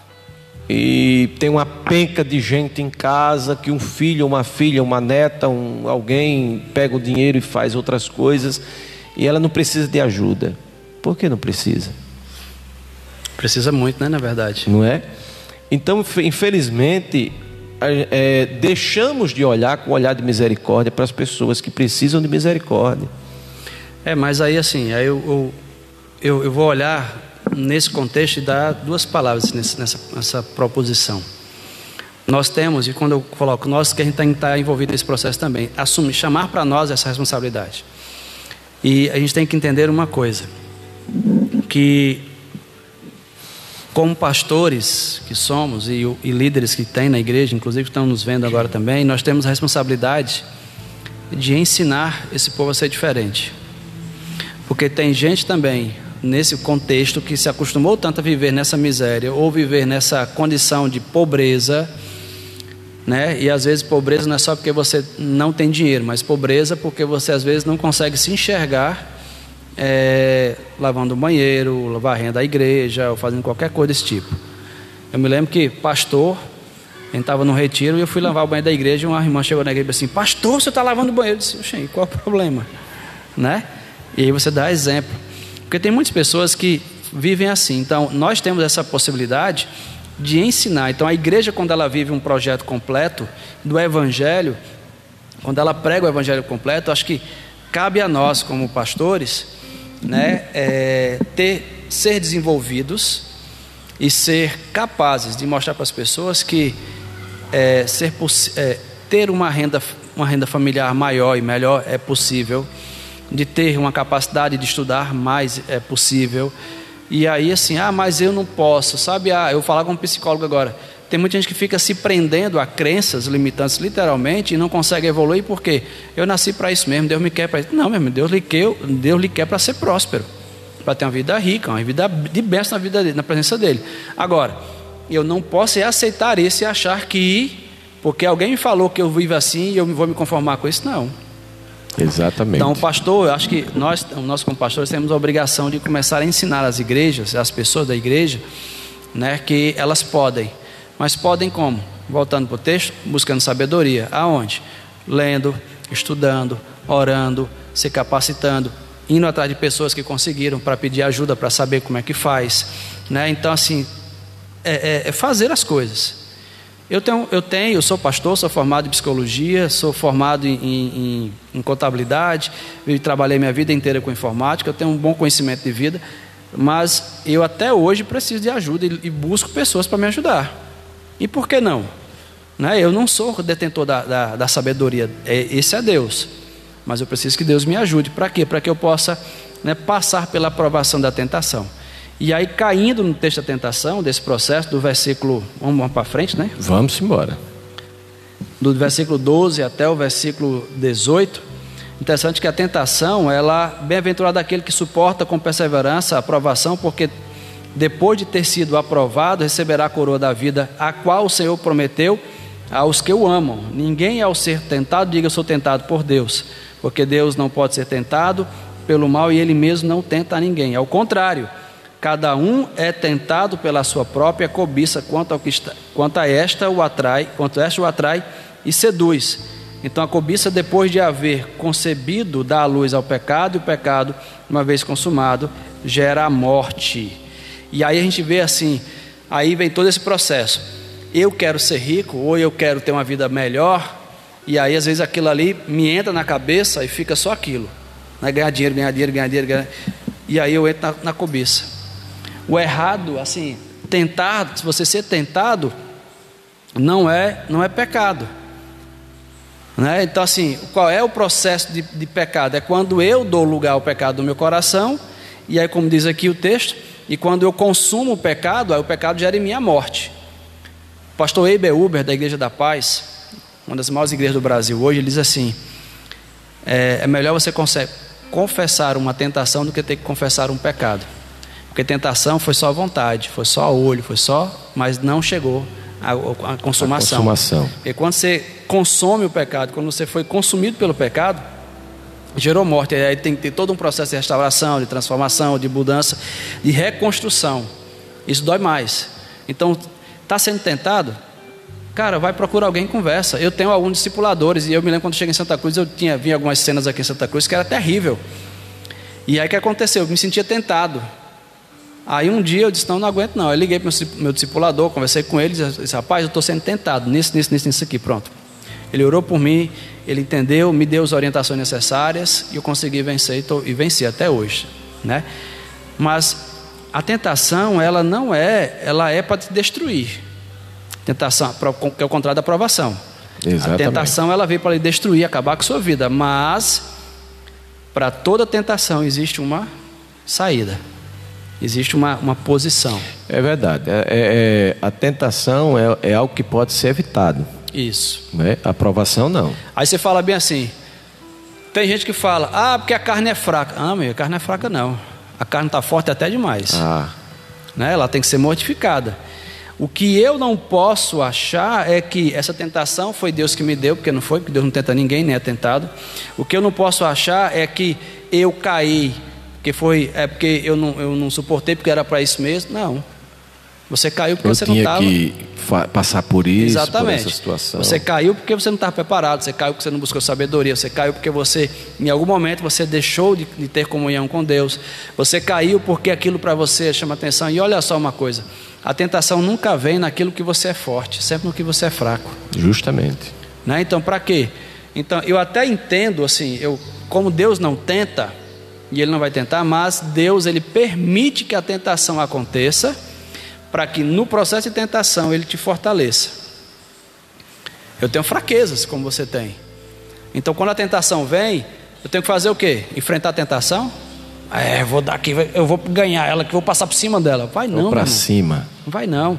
e tem uma penca de gente em casa, que um filho, uma filha, uma neta, um, alguém pega o dinheiro e faz outras coisas, e ela não precisa de ajuda. Por que não precisa? Precisa muito, né, na verdade. Não é? Então, infelizmente, é, deixamos de olhar com um olhar de misericórdia para as pessoas que precisam de misericórdia. É, mas aí assim, aí eu, eu, eu, eu vou olhar nesse contexto e dar duas palavras nessa, nessa, nessa proposição. Nós temos, e quando eu coloco nós, que a gente tem que estar envolvido nesse processo também, assumir, chamar para nós essa responsabilidade. E a gente tem que entender uma coisa, que como pastores que somos e, e líderes que tem na igreja, inclusive que estão nos vendo agora também, nós temos a responsabilidade de ensinar esse povo a ser diferente. Porque tem gente também nesse contexto que se acostumou tanto a viver nessa miséria ou viver nessa condição de pobreza, né? E às vezes pobreza não é só porque você não tem dinheiro, mas pobreza porque você às vezes não consegue se enxergar é, lavando o banheiro, varrendo a igreja ou fazendo qualquer coisa desse tipo. Eu me lembro que pastor, a gente estava no retiro e eu fui lavar o banheiro da igreja e uma irmã chegou na igreja e disse assim: pastor, você está lavando o banheiro? Eu disse: oxê, qual é o problema? Né? E aí você dá exemplo, porque tem muitas pessoas que vivem assim. Então nós temos essa possibilidade de ensinar. Então a igreja, quando ela vive um projeto completo do evangelho, quando ela prega o evangelho completo, acho que cabe a nós como pastores, né, é, ter, ser desenvolvidos e ser capazes de mostrar para as pessoas que é, ser, é, ter uma renda, uma renda familiar maior e melhor é possível, de ter uma capacidade de estudar mais é possível. E aí assim, ah, mas eu não posso, sabe? Ah, eu vou falar com um psicólogo agora. Tem muita gente que fica se prendendo a crenças limitantes literalmente e não consegue evoluir porque eu nasci para isso mesmo, Deus me quer para isso. Não, meu irmão, Deus lhe quer, Deus lhe quer para ser próspero, para ter uma vida rica, uma vida de bênção na vida dele, na presença dele. Agora, eu não posso aceitar isso e achar que porque alguém me falou que eu vivo assim e eu vou me conformar com isso, não. Exatamente. Então, o pastor, eu acho que nós, nós como pastores temos a obrigação de começar a ensinar as igrejas, as pessoas da igreja, né, que elas podem. Mas podem como? Voltando para o texto, buscando sabedoria. Aonde? Lendo, estudando, orando, se capacitando, indo atrás de pessoas que conseguiram para pedir ajuda, para saber como é que faz, né? Então assim, é, é, é fazer as coisas. Eu tenho, eu tenho, eu sou pastor, sou formado em psicologia, sou formado em, em, em contabilidade, eu trabalhei minha vida inteira com informática, eu tenho um bom conhecimento de vida, mas eu até hoje preciso de ajuda e, e busco pessoas para me ajudar. E por que não? Né? Eu não sou detentor da, da, da sabedoria, é, esse é Deus, mas eu preciso que Deus me ajude. Para quê? Para que eu possa, né, passar pela aprovação da tentação. E aí, caindo no texto da tentação, desse processo, do versículo, vamos, vamos para frente, né? Vamos embora. Do versículo doze até o versículo dezoito, interessante que a tentação, ela, bem-aventurado aquele que suporta com perseverança a aprovação, porque depois de ter sido aprovado, receberá a coroa da vida, a qual o Senhor prometeu aos que o amam. Ninguém, ao ser tentado, diga: eu sou tentado por Deus, porque Deus não pode ser tentado pelo mal e Ele mesmo não tenta a ninguém. Ao contrário, cada um é tentado pela sua própria cobiça, quanto, ao que está, quanto a esta o atrai, quanto esta o atrai e seduz. Então a cobiça, depois de haver concebido, dá a luz ao pecado, e o pecado, uma vez consumado, gera a morte. E aí a gente vê assim, aí vem todo esse processo. Eu quero ser rico, ou eu quero ter uma vida melhor, e aí às vezes aquilo ali me entra na cabeça e fica só aquilo. Né? Ganhar dinheiro, ganhar dinheiro, ganhar dinheiro, ganhar... E aí eu entro na, na cobiça. O errado, assim, tentar, se você ser tentado, não é, não é pecado. Né? Então, assim, qual é o processo de, de pecado? É quando eu dou lugar ao pecado no meu coração, e aí, como diz aqui o texto, e quando eu consumo o pecado, aí o pecado gera em mim a morte. O pastor Eiber Huber, da Igreja da Paz, uma das maiores igrejas do Brasil hoje, ele diz assim: é, é melhor você confessar uma tentação do que ter que confessar um pecado. Porque tentação foi só vontade, foi só olho, foi só, mas não chegou a, a consumação. A consumação. Porque quando você consome o pecado, quando você foi consumido pelo pecado, gerou morte. Aí tem que ter todo um processo de restauração, de transformação, de mudança, de reconstrução. Isso dói mais. Então, está sendo tentado? Cara, vai procurar alguém e conversa. Eu tenho alguns discipuladores, e eu me lembro quando cheguei em Santa Cruz, eu tinha vi algumas cenas aqui em Santa Cruz que era terrível. E aí o que aconteceu? Eu me sentia tentado. Aí um dia eu disse: não, não aguento não. Eu liguei para o meu, meu discipulador, conversei com ele, disse: rapaz, eu estou sendo tentado nisso, nisso, nisso, nisso aqui, pronto. Ele orou por mim, ele entendeu, me deu as orientações necessárias, e eu consegui vencer, e, tô, e venci até hoje, né? Mas a tentação, ela não é, ela é para te destruir. Tentação, que é o contrário da aprovação. Exatamente. A tentação, ela veio para lhe destruir, acabar com a sua vida. Mas para toda tentação existe uma saída, existe uma, uma posição. É verdade. É, é, a tentação é, é algo que pode ser evitado. Isso. Né? A aprovação não. Aí você fala bem assim. Tem gente que fala: ah, porque a carne é fraca. Ah, meu, a carne não é fraca não. A carne está forte até demais. Ah. Né? Ela tem que ser mortificada. O que eu não posso achar é que essa tentação foi Deus que me deu, porque não foi, porque Deus não tenta ninguém, nem é tentado. O que eu não posso achar é que eu caí, que foi, é porque eu não, eu não suportei, porque era para isso mesmo. Não. Você caiu porque eu você não estava. Eu tinha que passar por isso, exatamente, por essa situação. Você caiu porque você não estava preparado, você caiu porque você não buscou sabedoria, você caiu porque você, em algum momento, você deixou de, de ter comunhão com Deus. Você caiu porque aquilo para você chama atenção. E olha só uma coisa: a tentação nunca vem naquilo que você é forte, sempre no que você é fraco. Justamente. Né? Então, para quê? Então, eu até entendo, assim, eu, como Deus não tenta, e Ele não vai tentar, mas Deus, Ele permite que a tentação aconteça, para que no processo de tentação Ele te fortaleça. Eu tenho fraquezas, como você tem. Então, quando a tentação vem, eu tenho que fazer o quê? Enfrentar a tentação? É, vou dar aqui, eu vou ganhar ela, que vou passar por cima dela. Vai não, para cima. Não vai não.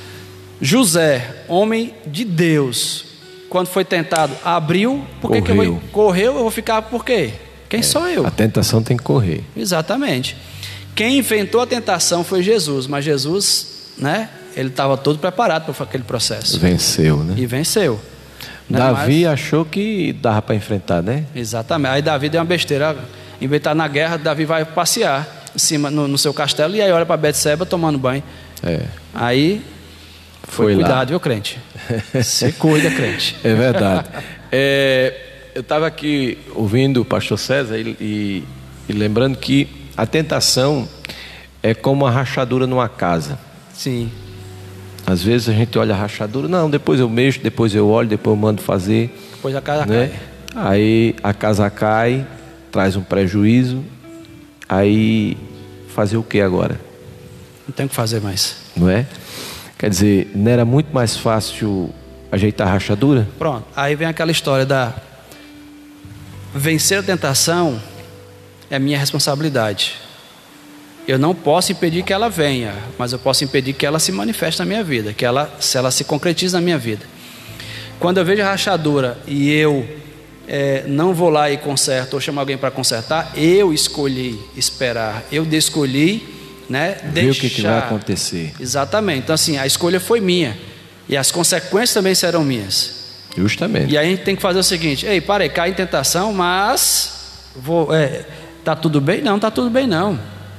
José, homem de Deus, quando foi tentado, abriu. Por que que eu vou, correu? Eu vou ficar por quê? Quem é, sou eu? A tentação tem que correr. Exatamente. Quem inventou a tentação foi Jesus, mas Jesus, né? Ele estava todo preparado para aquele processo. Venceu, né? E venceu. Davi mas... achou que dava para enfrentar, né? Exatamente. Aí Davi deu uma besteira. Em vez de estar na guerra, Davi vai passear em cima, no, no seu castelo, e aí olha para Betseba tomando banho. É. Aí foi, foi cuidado, lá. Viu, crente? Você cuida, crente. É verdade. É, eu estava aqui ouvindo o pastor César e, e, e lembrando que a tentação é como uma rachadura numa casa. Sim. Às vezes a gente olha a rachadura, não, depois eu mexo, depois eu olho, depois eu mando fazer. Depois a casa, né? Cai. Aí a casa cai, traz um prejuízo. Aí fazer o que agora? Não tem o que fazer mais. Não é? Quer dizer, não era muito mais fácil ajeitar a rachadura? Pronto, aí vem aquela história da vencer a tentação é minha responsabilidade. Eu não posso impedir que ela venha, mas eu posso impedir que ela se manifeste na minha vida, que ela, se ela se concretize na minha vida. Quando eu vejo a rachadura e eu é, não vou lá e conserto, ou chamo alguém para consertar, eu escolhi esperar, eu escolhi, né, ver deixar... o que, que vai acontecer. Exatamente. Então assim, a escolha foi minha e as consequências também serão minhas. Justamente. E aí a gente tem que fazer o seguinte: ei, parei, cai em tentação, mas vou, é, tá tudo bem? Não, tá tudo bem não.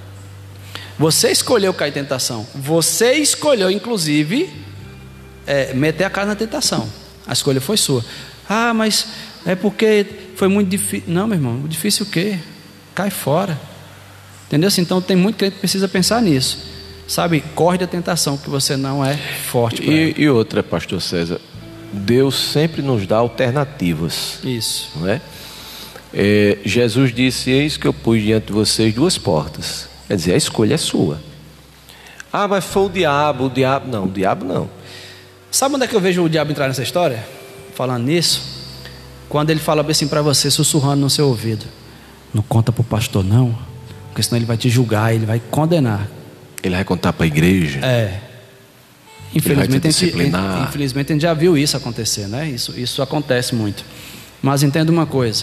Você escolheu cair em tentação. Você escolheu, inclusive, é, meter a cara na tentação. A escolha foi sua. Ah, mas é porque foi muito difícil. Não, meu irmão, difícil o quê? Cai fora. Entendeu? Assim, então tem muito crente que precisa pensar nisso. Sabe, corre da tentação, que você não é forte. E, e outra, pastor César, Deus sempre nos dá alternativas. Isso. Não é? É, Jesus disse: eis que eu pus diante de vocês duas portas. Quer dizer, a escolha é sua. Ah, mas foi o diabo, o diabo. Não, o diabo não. Sabe onde é que eu vejo o diabo entrar nessa história? Falando nisso, quando ele fala assim para você, sussurrando no seu ouvido: não conta para o pastor não, porque senão ele vai te julgar, ele vai condenar. Ele vai contar para a igreja. É. Infelizmente a, gente, disciplinar. infelizmente a gente já viu isso acontecer, né? Isso, isso acontece muito. Mas entenda uma coisa: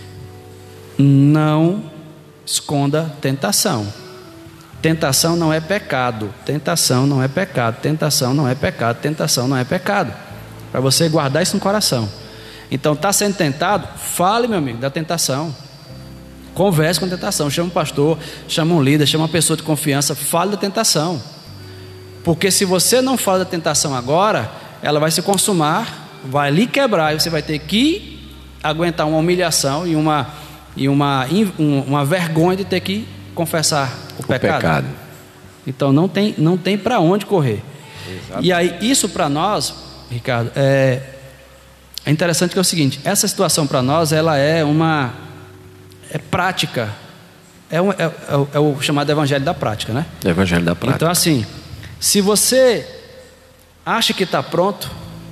não esconda tentação. Tentação não é pecado. Tentação não é pecado. Tentação não é pecado. Tentação não é pecado. Para você guardar isso no coração. Então, está sendo tentado? Fale, meu amigo, da tentação. Converse com a tentação. Chama um pastor, chama um líder, chama uma pessoa de confiança. Fale da tentação. Porque se você não fala da tentação agora, ela vai se consumar, vai lhe quebrar, e você vai ter que aguentar uma humilhação e uma, e uma, uma vergonha de ter que confessar o, o pecado. pecado. Então não tem, não tem para onde correr. Exatamente. E aí isso para nós, Ricardo, é, é interessante que é o seguinte: essa situação para nós, ela é uma é prática, é, um, é, é, é o chamado evangelho da prática, né? Evangelho da prática. Então assim, se você acha que está pronto,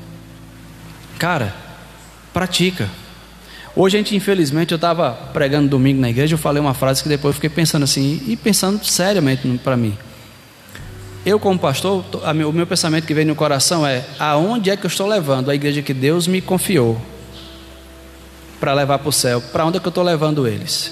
cara, pratica. Hoje a gente, infelizmente, eu estava pregando domingo na igreja, eu falei uma frase que depois eu fiquei pensando assim, e pensando seriamente para mim. Eu como pastor, a meu, o meu pensamento que vem no coração é: aonde é que eu estou levando a igreja que Deus me confiou para levar para o céu? Para onde é que eu estou levando eles?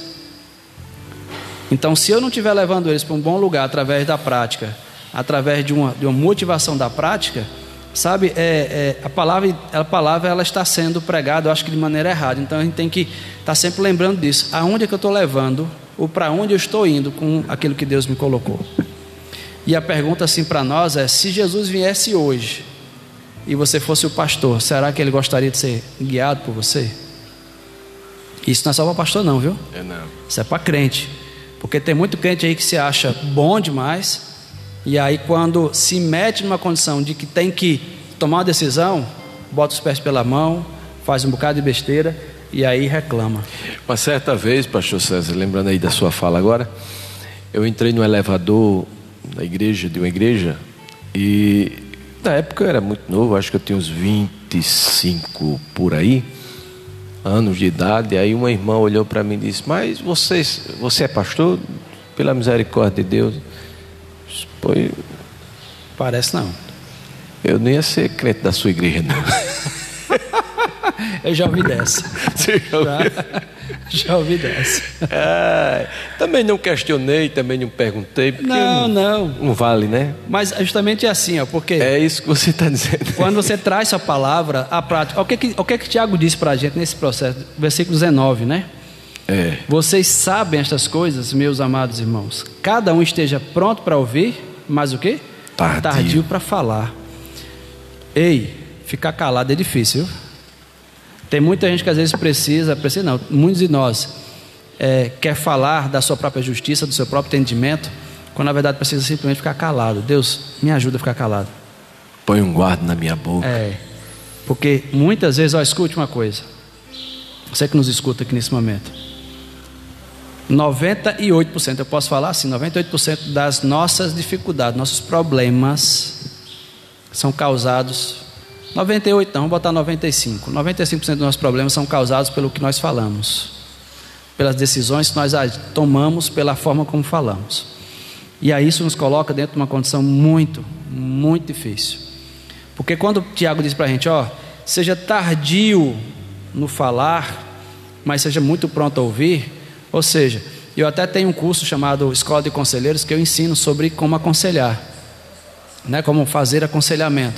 Então, se eu não estiver levando eles para um bom lugar através da prática, através de uma, de uma motivação da prática, sabe, é, é, a palavra, a palavra ela está sendo pregada, eu acho que de maneira errada. Então a gente tem que estar sempre lembrando disso: aonde é que eu estou levando, ou para onde eu estou indo com aquilo que Deus me colocou. E a pergunta assim para nós é: se Jesus viesse hoje e você fosse o pastor, será que ele gostaria de ser guiado por você? Isso não é só para pastor não, viu? É não. Isso é para crente. Porque tem muito crente aí que se acha bom demais, e aí quando se mete numa condição de que tem que tomar uma decisão, bota os pés pela mão, faz um bocado de besteira e aí reclama. Uma certa vez, pastor César, lembrando aí da sua fala agora, eu entrei no elevador da igreja, de uma igreja, e na época eu era muito novo, acho que eu tinha uns vinte e cinco por aí anos de idade. Aí uma irmã olhou para mim e disse: mas você, você é pastor? Pela misericórdia de Deus. Pois, parece não. Eu nem ia ser crente da sua igreja não. Eu já ouvi dessa. Você já ouviu? Já, já ouvi dessa. É, também não questionei, também não perguntei, porque não, não, não vale, né? Mas justamente é assim, ó, porque é isso que você está dizendo. Quando você traz sua palavra à prática, o que que, o que que Tiago disse para a gente nesse processo, versículo dezenove, né? É. Vocês sabem estas coisas, meus amados irmãos. Cada um esteja pronto para ouvir, mas o quê? Tardio, Tardio para falar. Ei, ficar calado é difícil, viu? Tem muita gente que às vezes precisa, precisa não, muitos de nós é, quer falar da sua própria justiça, do seu próprio entendimento, quando na verdade precisa simplesmente ficar calado. Deus, me ajuda a ficar calado. Põe um guarda na minha boca. É, porque muitas vezes, ó, escute uma coisa, você que nos escuta aqui nesse momento, noventa e oito por cento, eu posso falar assim, noventa e oito por cento das nossas dificuldades, nossos problemas são causados, noventa e oito não, vamos botar noventa e cinco, noventa e cinco por cento dos nossos problemas são causados pelo que nós falamos, pelas decisões que nós tomamos, pela forma como falamos. E aí isso nos coloca dentro de uma condição muito, muito difícil. Porque quando o Tiago diz para a gente, ó, seja tardio no falar, mas seja muito pronto a ouvir. Ou seja, eu até tenho um curso chamado Escola de Conselheiros, que eu ensino sobre como aconselhar, né? Como fazer aconselhamento.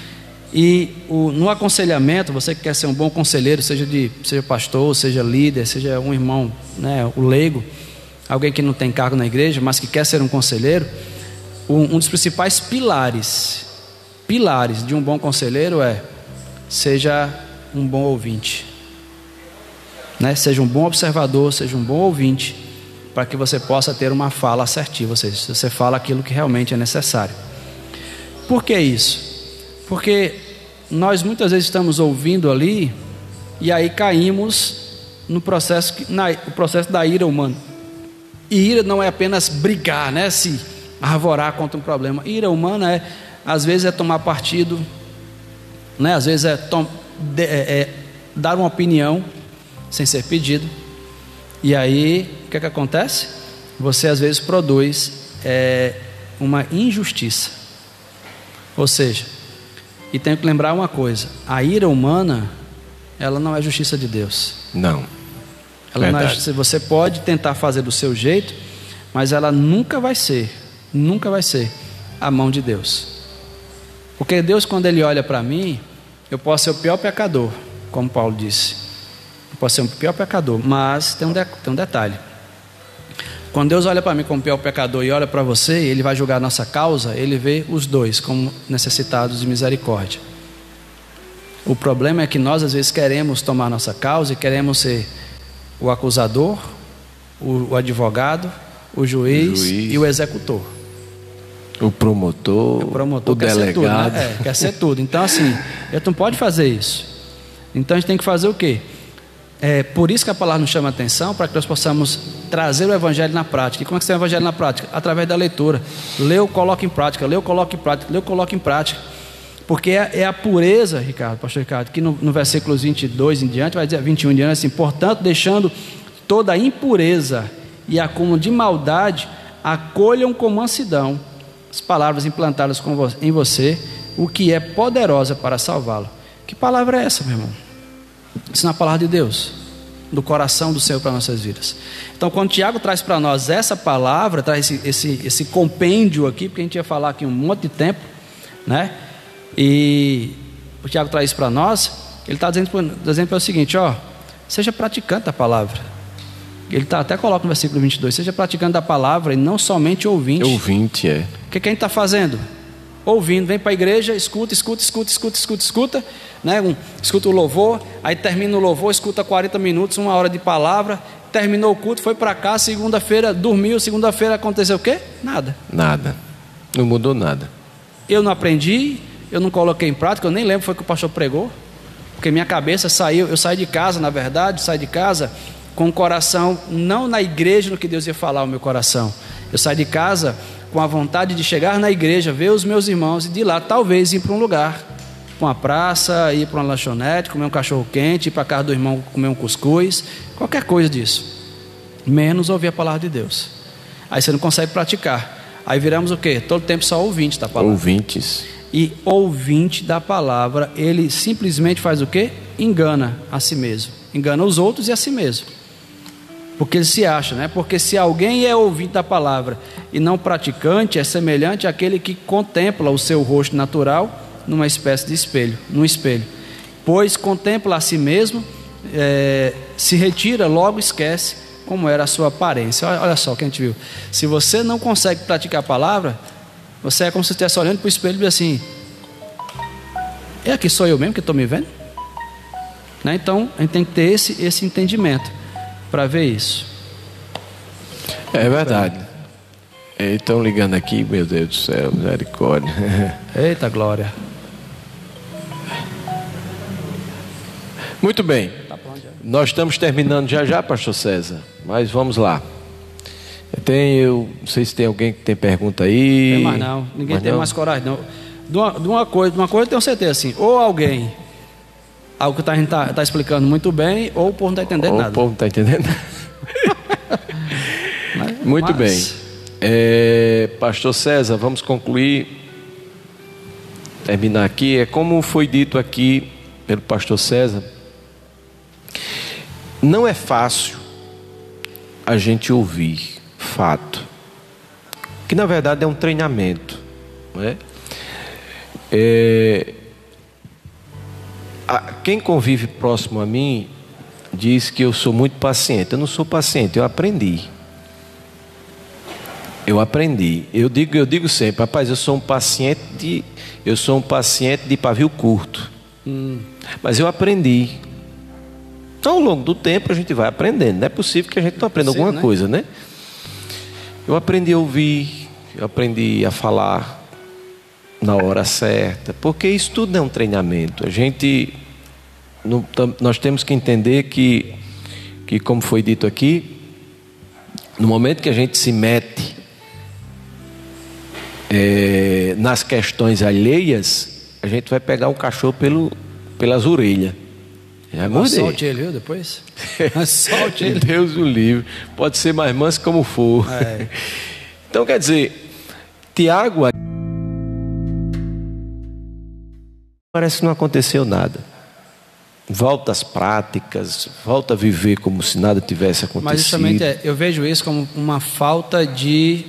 E o, no aconselhamento, você que quer ser um bom conselheiro, seja, de, seja pastor, seja líder, seja um irmão, né, o leigo, alguém que não tem cargo na igreja, mas que quer ser um conselheiro, um, um dos principais pilares, pilares de um bom conselheiro é: seja um bom ouvinte, né? Seja um bom observador, seja um bom ouvinte, para que você possa ter uma fala assertiva, ou seja, você fala aquilo que realmente é necessário. Por que isso? Porque nós muitas vezes estamos ouvindo ali e aí caímos no processo, na, o processo da ira humana. E ira não é apenas brigar, né? Se arvorar contra um problema. Ira humana é, às vezes, é tomar partido, né? Às vezes é, tom, de, é, é dar uma opinião sem ser pedido. E aí, o que é que acontece? Você às vezes produz é, uma injustiça. Ou seja, e tenho que lembrar uma coisa: a ira humana, ela não é justiça de Deus. Não. Ela não é justiça. Você pode tentar fazer do seu jeito, mas ela nunca vai ser, nunca vai ser a mão de Deus. Porque Deus, quando Ele olha para mim, eu posso ser o pior pecador, como Paulo disse. Eu posso ser o pior pecador, mas tem um, de, tem um detalhe. Quando Deus olha para mim como pior pecador e olha para você, Ele vai julgar a nossa causa, Ele vê os dois como necessitados de misericórdia. O problema é que nós às vezes queremos tomar nossa causa e queremos ser o acusador, o, o advogado, o juiz, o juiz e o executor. O promotor, o, promotor o quer delegado. Ser tudo, né? É, quer ser tudo. Então assim, a gente não pode fazer isso. Então a gente tem que fazer o quê? É por isso que a palavra nos chama a atenção, para que nós possamos trazer o evangelho na prática. E como é que você tem o evangelho na prática? Através da leitura. Leu, coloca em prática, leu, coloca em prática, leu, coloca em prática. Porque é, é a pureza, Ricardo, pastor Ricardo, que no, no versículos vinte e dois em diante, vai dizer vinte e um em diante assim: portanto, deixando toda a impureza e acúmulo de maldade, acolham com mansidão as palavras implantadas com vo, em você, o que é poderosa para salvá-lo. Que palavra é essa, meu irmão? Isso é a palavra de Deus, do coração do Senhor para nossas vidas. Então, quando Tiago traz para nós essa palavra, traz esse, esse, esse compêndio aqui, porque a gente ia falar aqui um monte de tempo, né? E o Tiago traz isso para nós. Ele está dizendo, dizendo para o seguinte: ó, seja praticante da palavra. Ele tá, até coloca no versículo vinte e dois: seja praticante da palavra e não somente ouvinte. Ouvinte, é. O que, que a gente está fazendo? Ouvindo, vem para a igreja, escuta, escuta, escuta, escuta, escuta, escuta, né? um, escuta o louvor, aí termina o louvor, escuta quarenta minutos, uma hora de palavra, terminou o culto, foi para cá, segunda-feira dormiu, segunda-feira aconteceu o quê? Nada. Nada, não mudou nada. Eu não aprendi, eu não coloquei em prática, eu nem lembro foi que o pastor pregou, porque minha cabeça saiu, eu saí de casa, na verdade, saí de casa com o coração, não na igreja, no que Deus ia falar ao meu coração, eu saí de casa com a vontade de chegar na igreja, ver os meus irmãos e de lá talvez ir para um lugar, para uma praça, ir para uma lanchonete, comer um cachorro quente, ir para a casa do irmão comer um cuscuz, qualquer coisa disso, menos ouvir a palavra de Deus. Aí você não consegue praticar, aí viramos o quê? Todo tempo só ouvinte da palavra. Ouvintes. E ouvinte da palavra, ele simplesmente faz o quê? Engana a si mesmo, engana os outros e a si mesmo. Porque ele se acha, né? Porque se alguém é ouvinte da palavra e não praticante, é semelhante àquele que contempla o seu rosto natural numa espécie de espelho, num espelho. Pois contempla a si mesmo, é, se retira, logo esquece como era a sua aparência. Olha, olha só o que a gente viu. Se você não consegue praticar a palavra, você é como se estivesse olhando para o espelho e diz assim: é aqui sou eu mesmo que estou me vendo? Né? Então a gente tem que ter esse, esse entendimento para ver isso. É verdade. Estão ligando aqui, meu Deus do céu, misericórdia. Eita glória. Muito bem. Nós estamos terminando já já, pastor César, mas vamos lá. Tem, eu não sei se tem alguém que tem pergunta aí. Tem mais não, ninguém mas tem não. mais coragem não. De uma, de uma coisa, de uma coisa eu tenho certeza assim, ou alguém, algo que a gente está tá explicando muito bem, ou o povo não está entendendo ou nada. O povo não está entendendo nada. Mas, muito mas... bem. É, pastor César, vamos concluir, terminar aqui. É como foi dito aqui pelo pastor César, não é fácil a gente ouvir, fato, que na verdade é um treinamento, não é? É, a, quem convive próximo a mim diz que eu sou muito paciente. Eu não sou paciente, eu aprendi. Eu aprendi. Eu digo, eu digo sempre, rapaz, eu sou um paciente de, eu sou um paciente de pavio curto. Hum. Mas eu aprendi. Então, ao longo do tempo a gente vai aprendendo. Não é possível que a gente não aprenda alguma né? coisa, né? Eu aprendi a ouvir, eu aprendi a falar na hora certa, porque isso tudo é um treinamento. A gente, nós temos que entender que que, como foi dito aqui, no momento que a gente se mete é, nas questões alheias, a gente vai pegar o cachorro pelo, pelas orelhas. Solte ele, viu, depois? Solte ele. Deus o livre. Pode ser mais manso como for. É. Então, quer dizer, Tiago parece que não aconteceu nada. Volta às práticas, volta a viver como se nada tivesse acontecido. Mas justamente é, eu vejo isso como uma falta de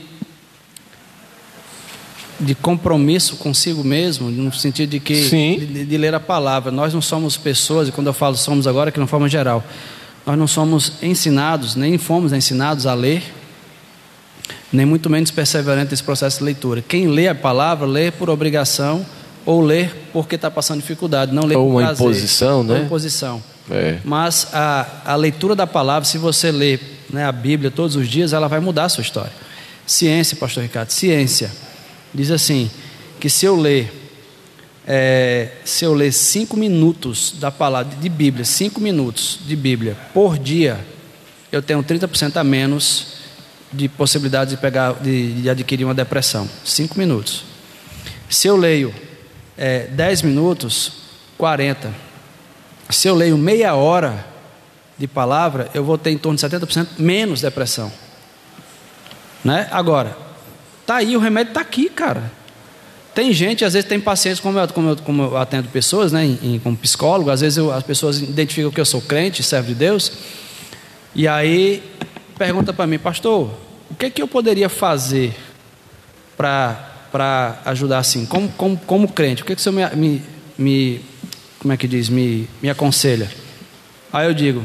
de compromisso consigo mesmo, no sentido de que de, de ler a palavra. Nós não somos pessoas, e quando eu falo somos agora, que de uma forma geral, nós não somos ensinados, nem fomos ensinados a ler, nem muito menos perseverantes nesse processo de leitura. Quem lê a palavra, lê por obrigação, ou lê porque está passando dificuldade, não lê ou por uma prazer, imposição, né? Ou imposição. É. Mas a, a leitura da palavra, se você lê, né, a Bíblia todos os dias, ela vai mudar a sua história. Ciência, pastor Ricardo, ciência diz assim, que se eu ler é, se eu ler cinco minutos da palavra de Bíblia, cinco minutos de Bíblia por dia, eu tenho trinta por cento a menos de possibilidade de pegar, de, de adquirir uma depressão. Cinco minutos. Se eu leio é, dez minutos, quarenta. Se eu leio meia hora de palavra, eu vou ter em torno de setenta por cento menos depressão, né? Agora, tá aí, o remédio está aqui, cara. Tem gente, às vezes tem pacientes, como eu, como eu, como eu atendo pessoas, né, em, em, como psicólogo, às vezes eu, as pessoas identificam que eu sou crente, servo de Deus, e aí pergunta para mim, pastor, o que é que eu poderia fazer para para ajudar assim, como, como, como crente, o que é que o senhor me, me, me como é que diz, me, me aconselha? Aí eu digo,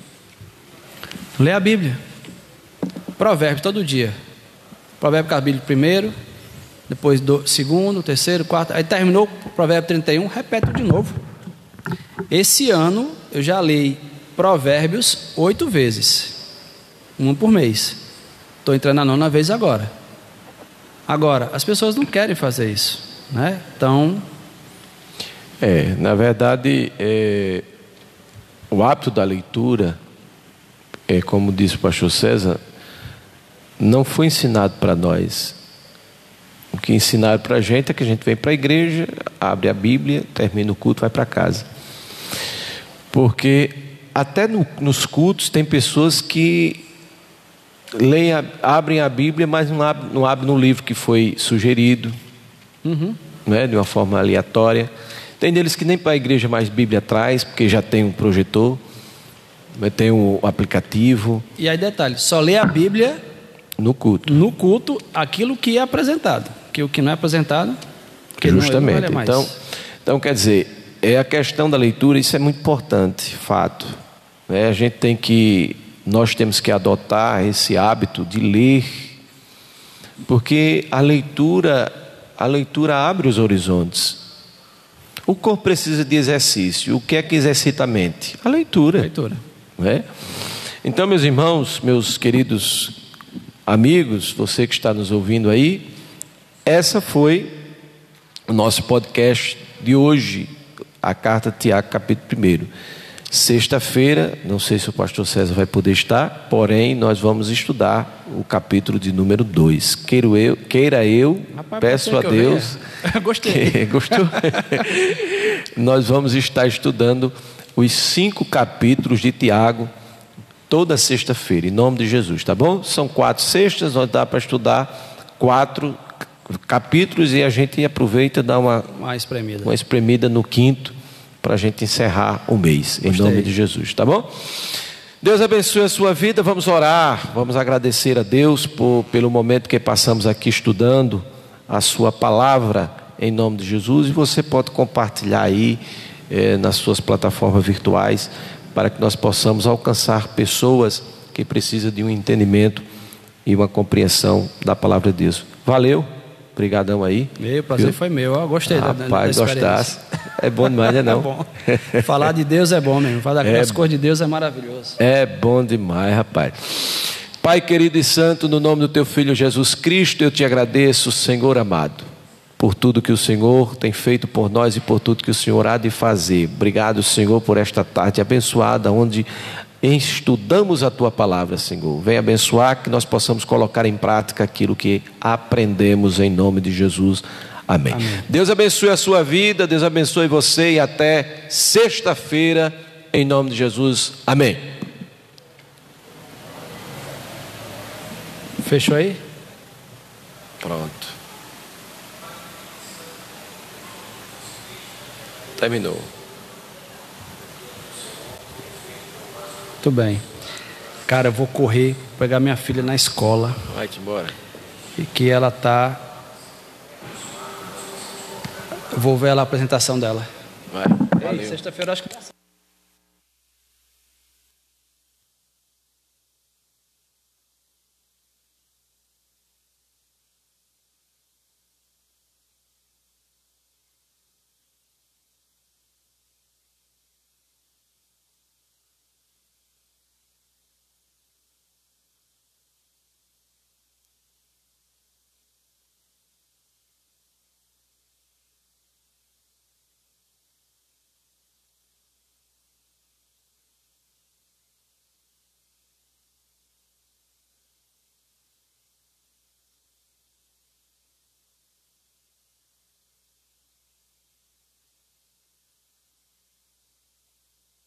lê a Bíblia, provérbio todo dia, provérbio capítulo primeiro, depois do segundo, terceiro, quarto, aí terminou o provérbio trinta e um, repete de novo. Esse ano eu já li provérbios oito vezes, uma por mês, estou entrando na nona vez agora. Agora, as pessoas não querem fazer isso, né? Então... É, na verdade, é, o hábito da leitura, é, como disse o pastor César, não foi ensinado para nós. O que ensinaram para a gente é que a gente vem para a igreja, abre a Bíblia, termina o culto, vai para casa. Porque até no, nos cultos tem pessoas que leem, abrem a Bíblia, mas não abrem, não abrem no livro que foi sugerido, uhum. né, de uma forma aleatória. Tem deles que nem para a igreja mais Bíblia traz, porque já tem um projetor, tem um aplicativo. E aí detalhe, só lê a Bíblia no culto. No culto, aquilo que é apresentado, que o que não é apresentado, que justamente. Não, não mais. Então, então quer dizer, é a questão da leitura, isso é muito importante, fato. Né? A gente tem que Nós temos que adotar esse hábito de ler, porque a leitura, a leitura abre os horizontes. O corpo precisa de exercício. O que é que exercita a mente? A leitura. A leitura. Não é? Então, meus irmãos, meus queridos amigos, você que está nos ouvindo aí, essa foi o nosso podcast de hoje, a carta de Tiago, capítulo primeiro. Sexta-feira, não sei se o pastor César vai poder estar, porém nós vamos estudar o capítulo de número dois. Queiro eu, queira eu, Rapaz, peço a Deus. Gostei. Que, gostou? Nós vamos estar estudando os cinco capítulos de Tiago toda sexta-feira, em nome de Jesus, tá bom? São quatro sextas, nós dá para estudar quatro capítulos e a gente aproveita e dá uma, uma espremida. uma espremida no quinto, para a gente encerrar o mês, em Gostei. nome de Jesus, tá bom? Deus abençoe a sua vida, vamos orar, vamos agradecer a Deus por, pelo momento que passamos aqui estudando a sua palavra, em nome de Jesus, e você pode compartilhar aí eh, nas suas plataformas virtuais, para que nós possamos alcançar pessoas que precisam de um entendimento e uma compreensão da palavra de Deus. Valeu, obrigadão aí. Meu prazer viu? Foi meu, eu gostei ah, da, rapaz, da gostasse. É bom demais, né, não? É bom. Falar de Deus é bom mesmo. Falar é, das coisas de Deus é maravilhoso. É bom demais, rapaz. Pai querido e santo, no nome do teu Filho Jesus Cristo, eu te agradeço, Senhor amado, por tudo que o Senhor tem feito por nós e por tudo que o Senhor há de fazer. Obrigado, Senhor, por esta tarde abençoada, onde estudamos a Tua palavra, Senhor. Vem abençoar, que nós possamos colocar em prática aquilo que aprendemos em nome de Jesus. Amém. Amém. Deus abençoe a sua vida, Deus abençoe você e até sexta-feira, em nome de Jesus. Amém. Fechou aí? Pronto. Terminou. Muito bem. Cara, eu vou correr, pegar minha filha na escola. Vai-te embora. E que ela tá... Eu vou ver lá a apresentação dela. Vai. Ei, sexta-feira acho que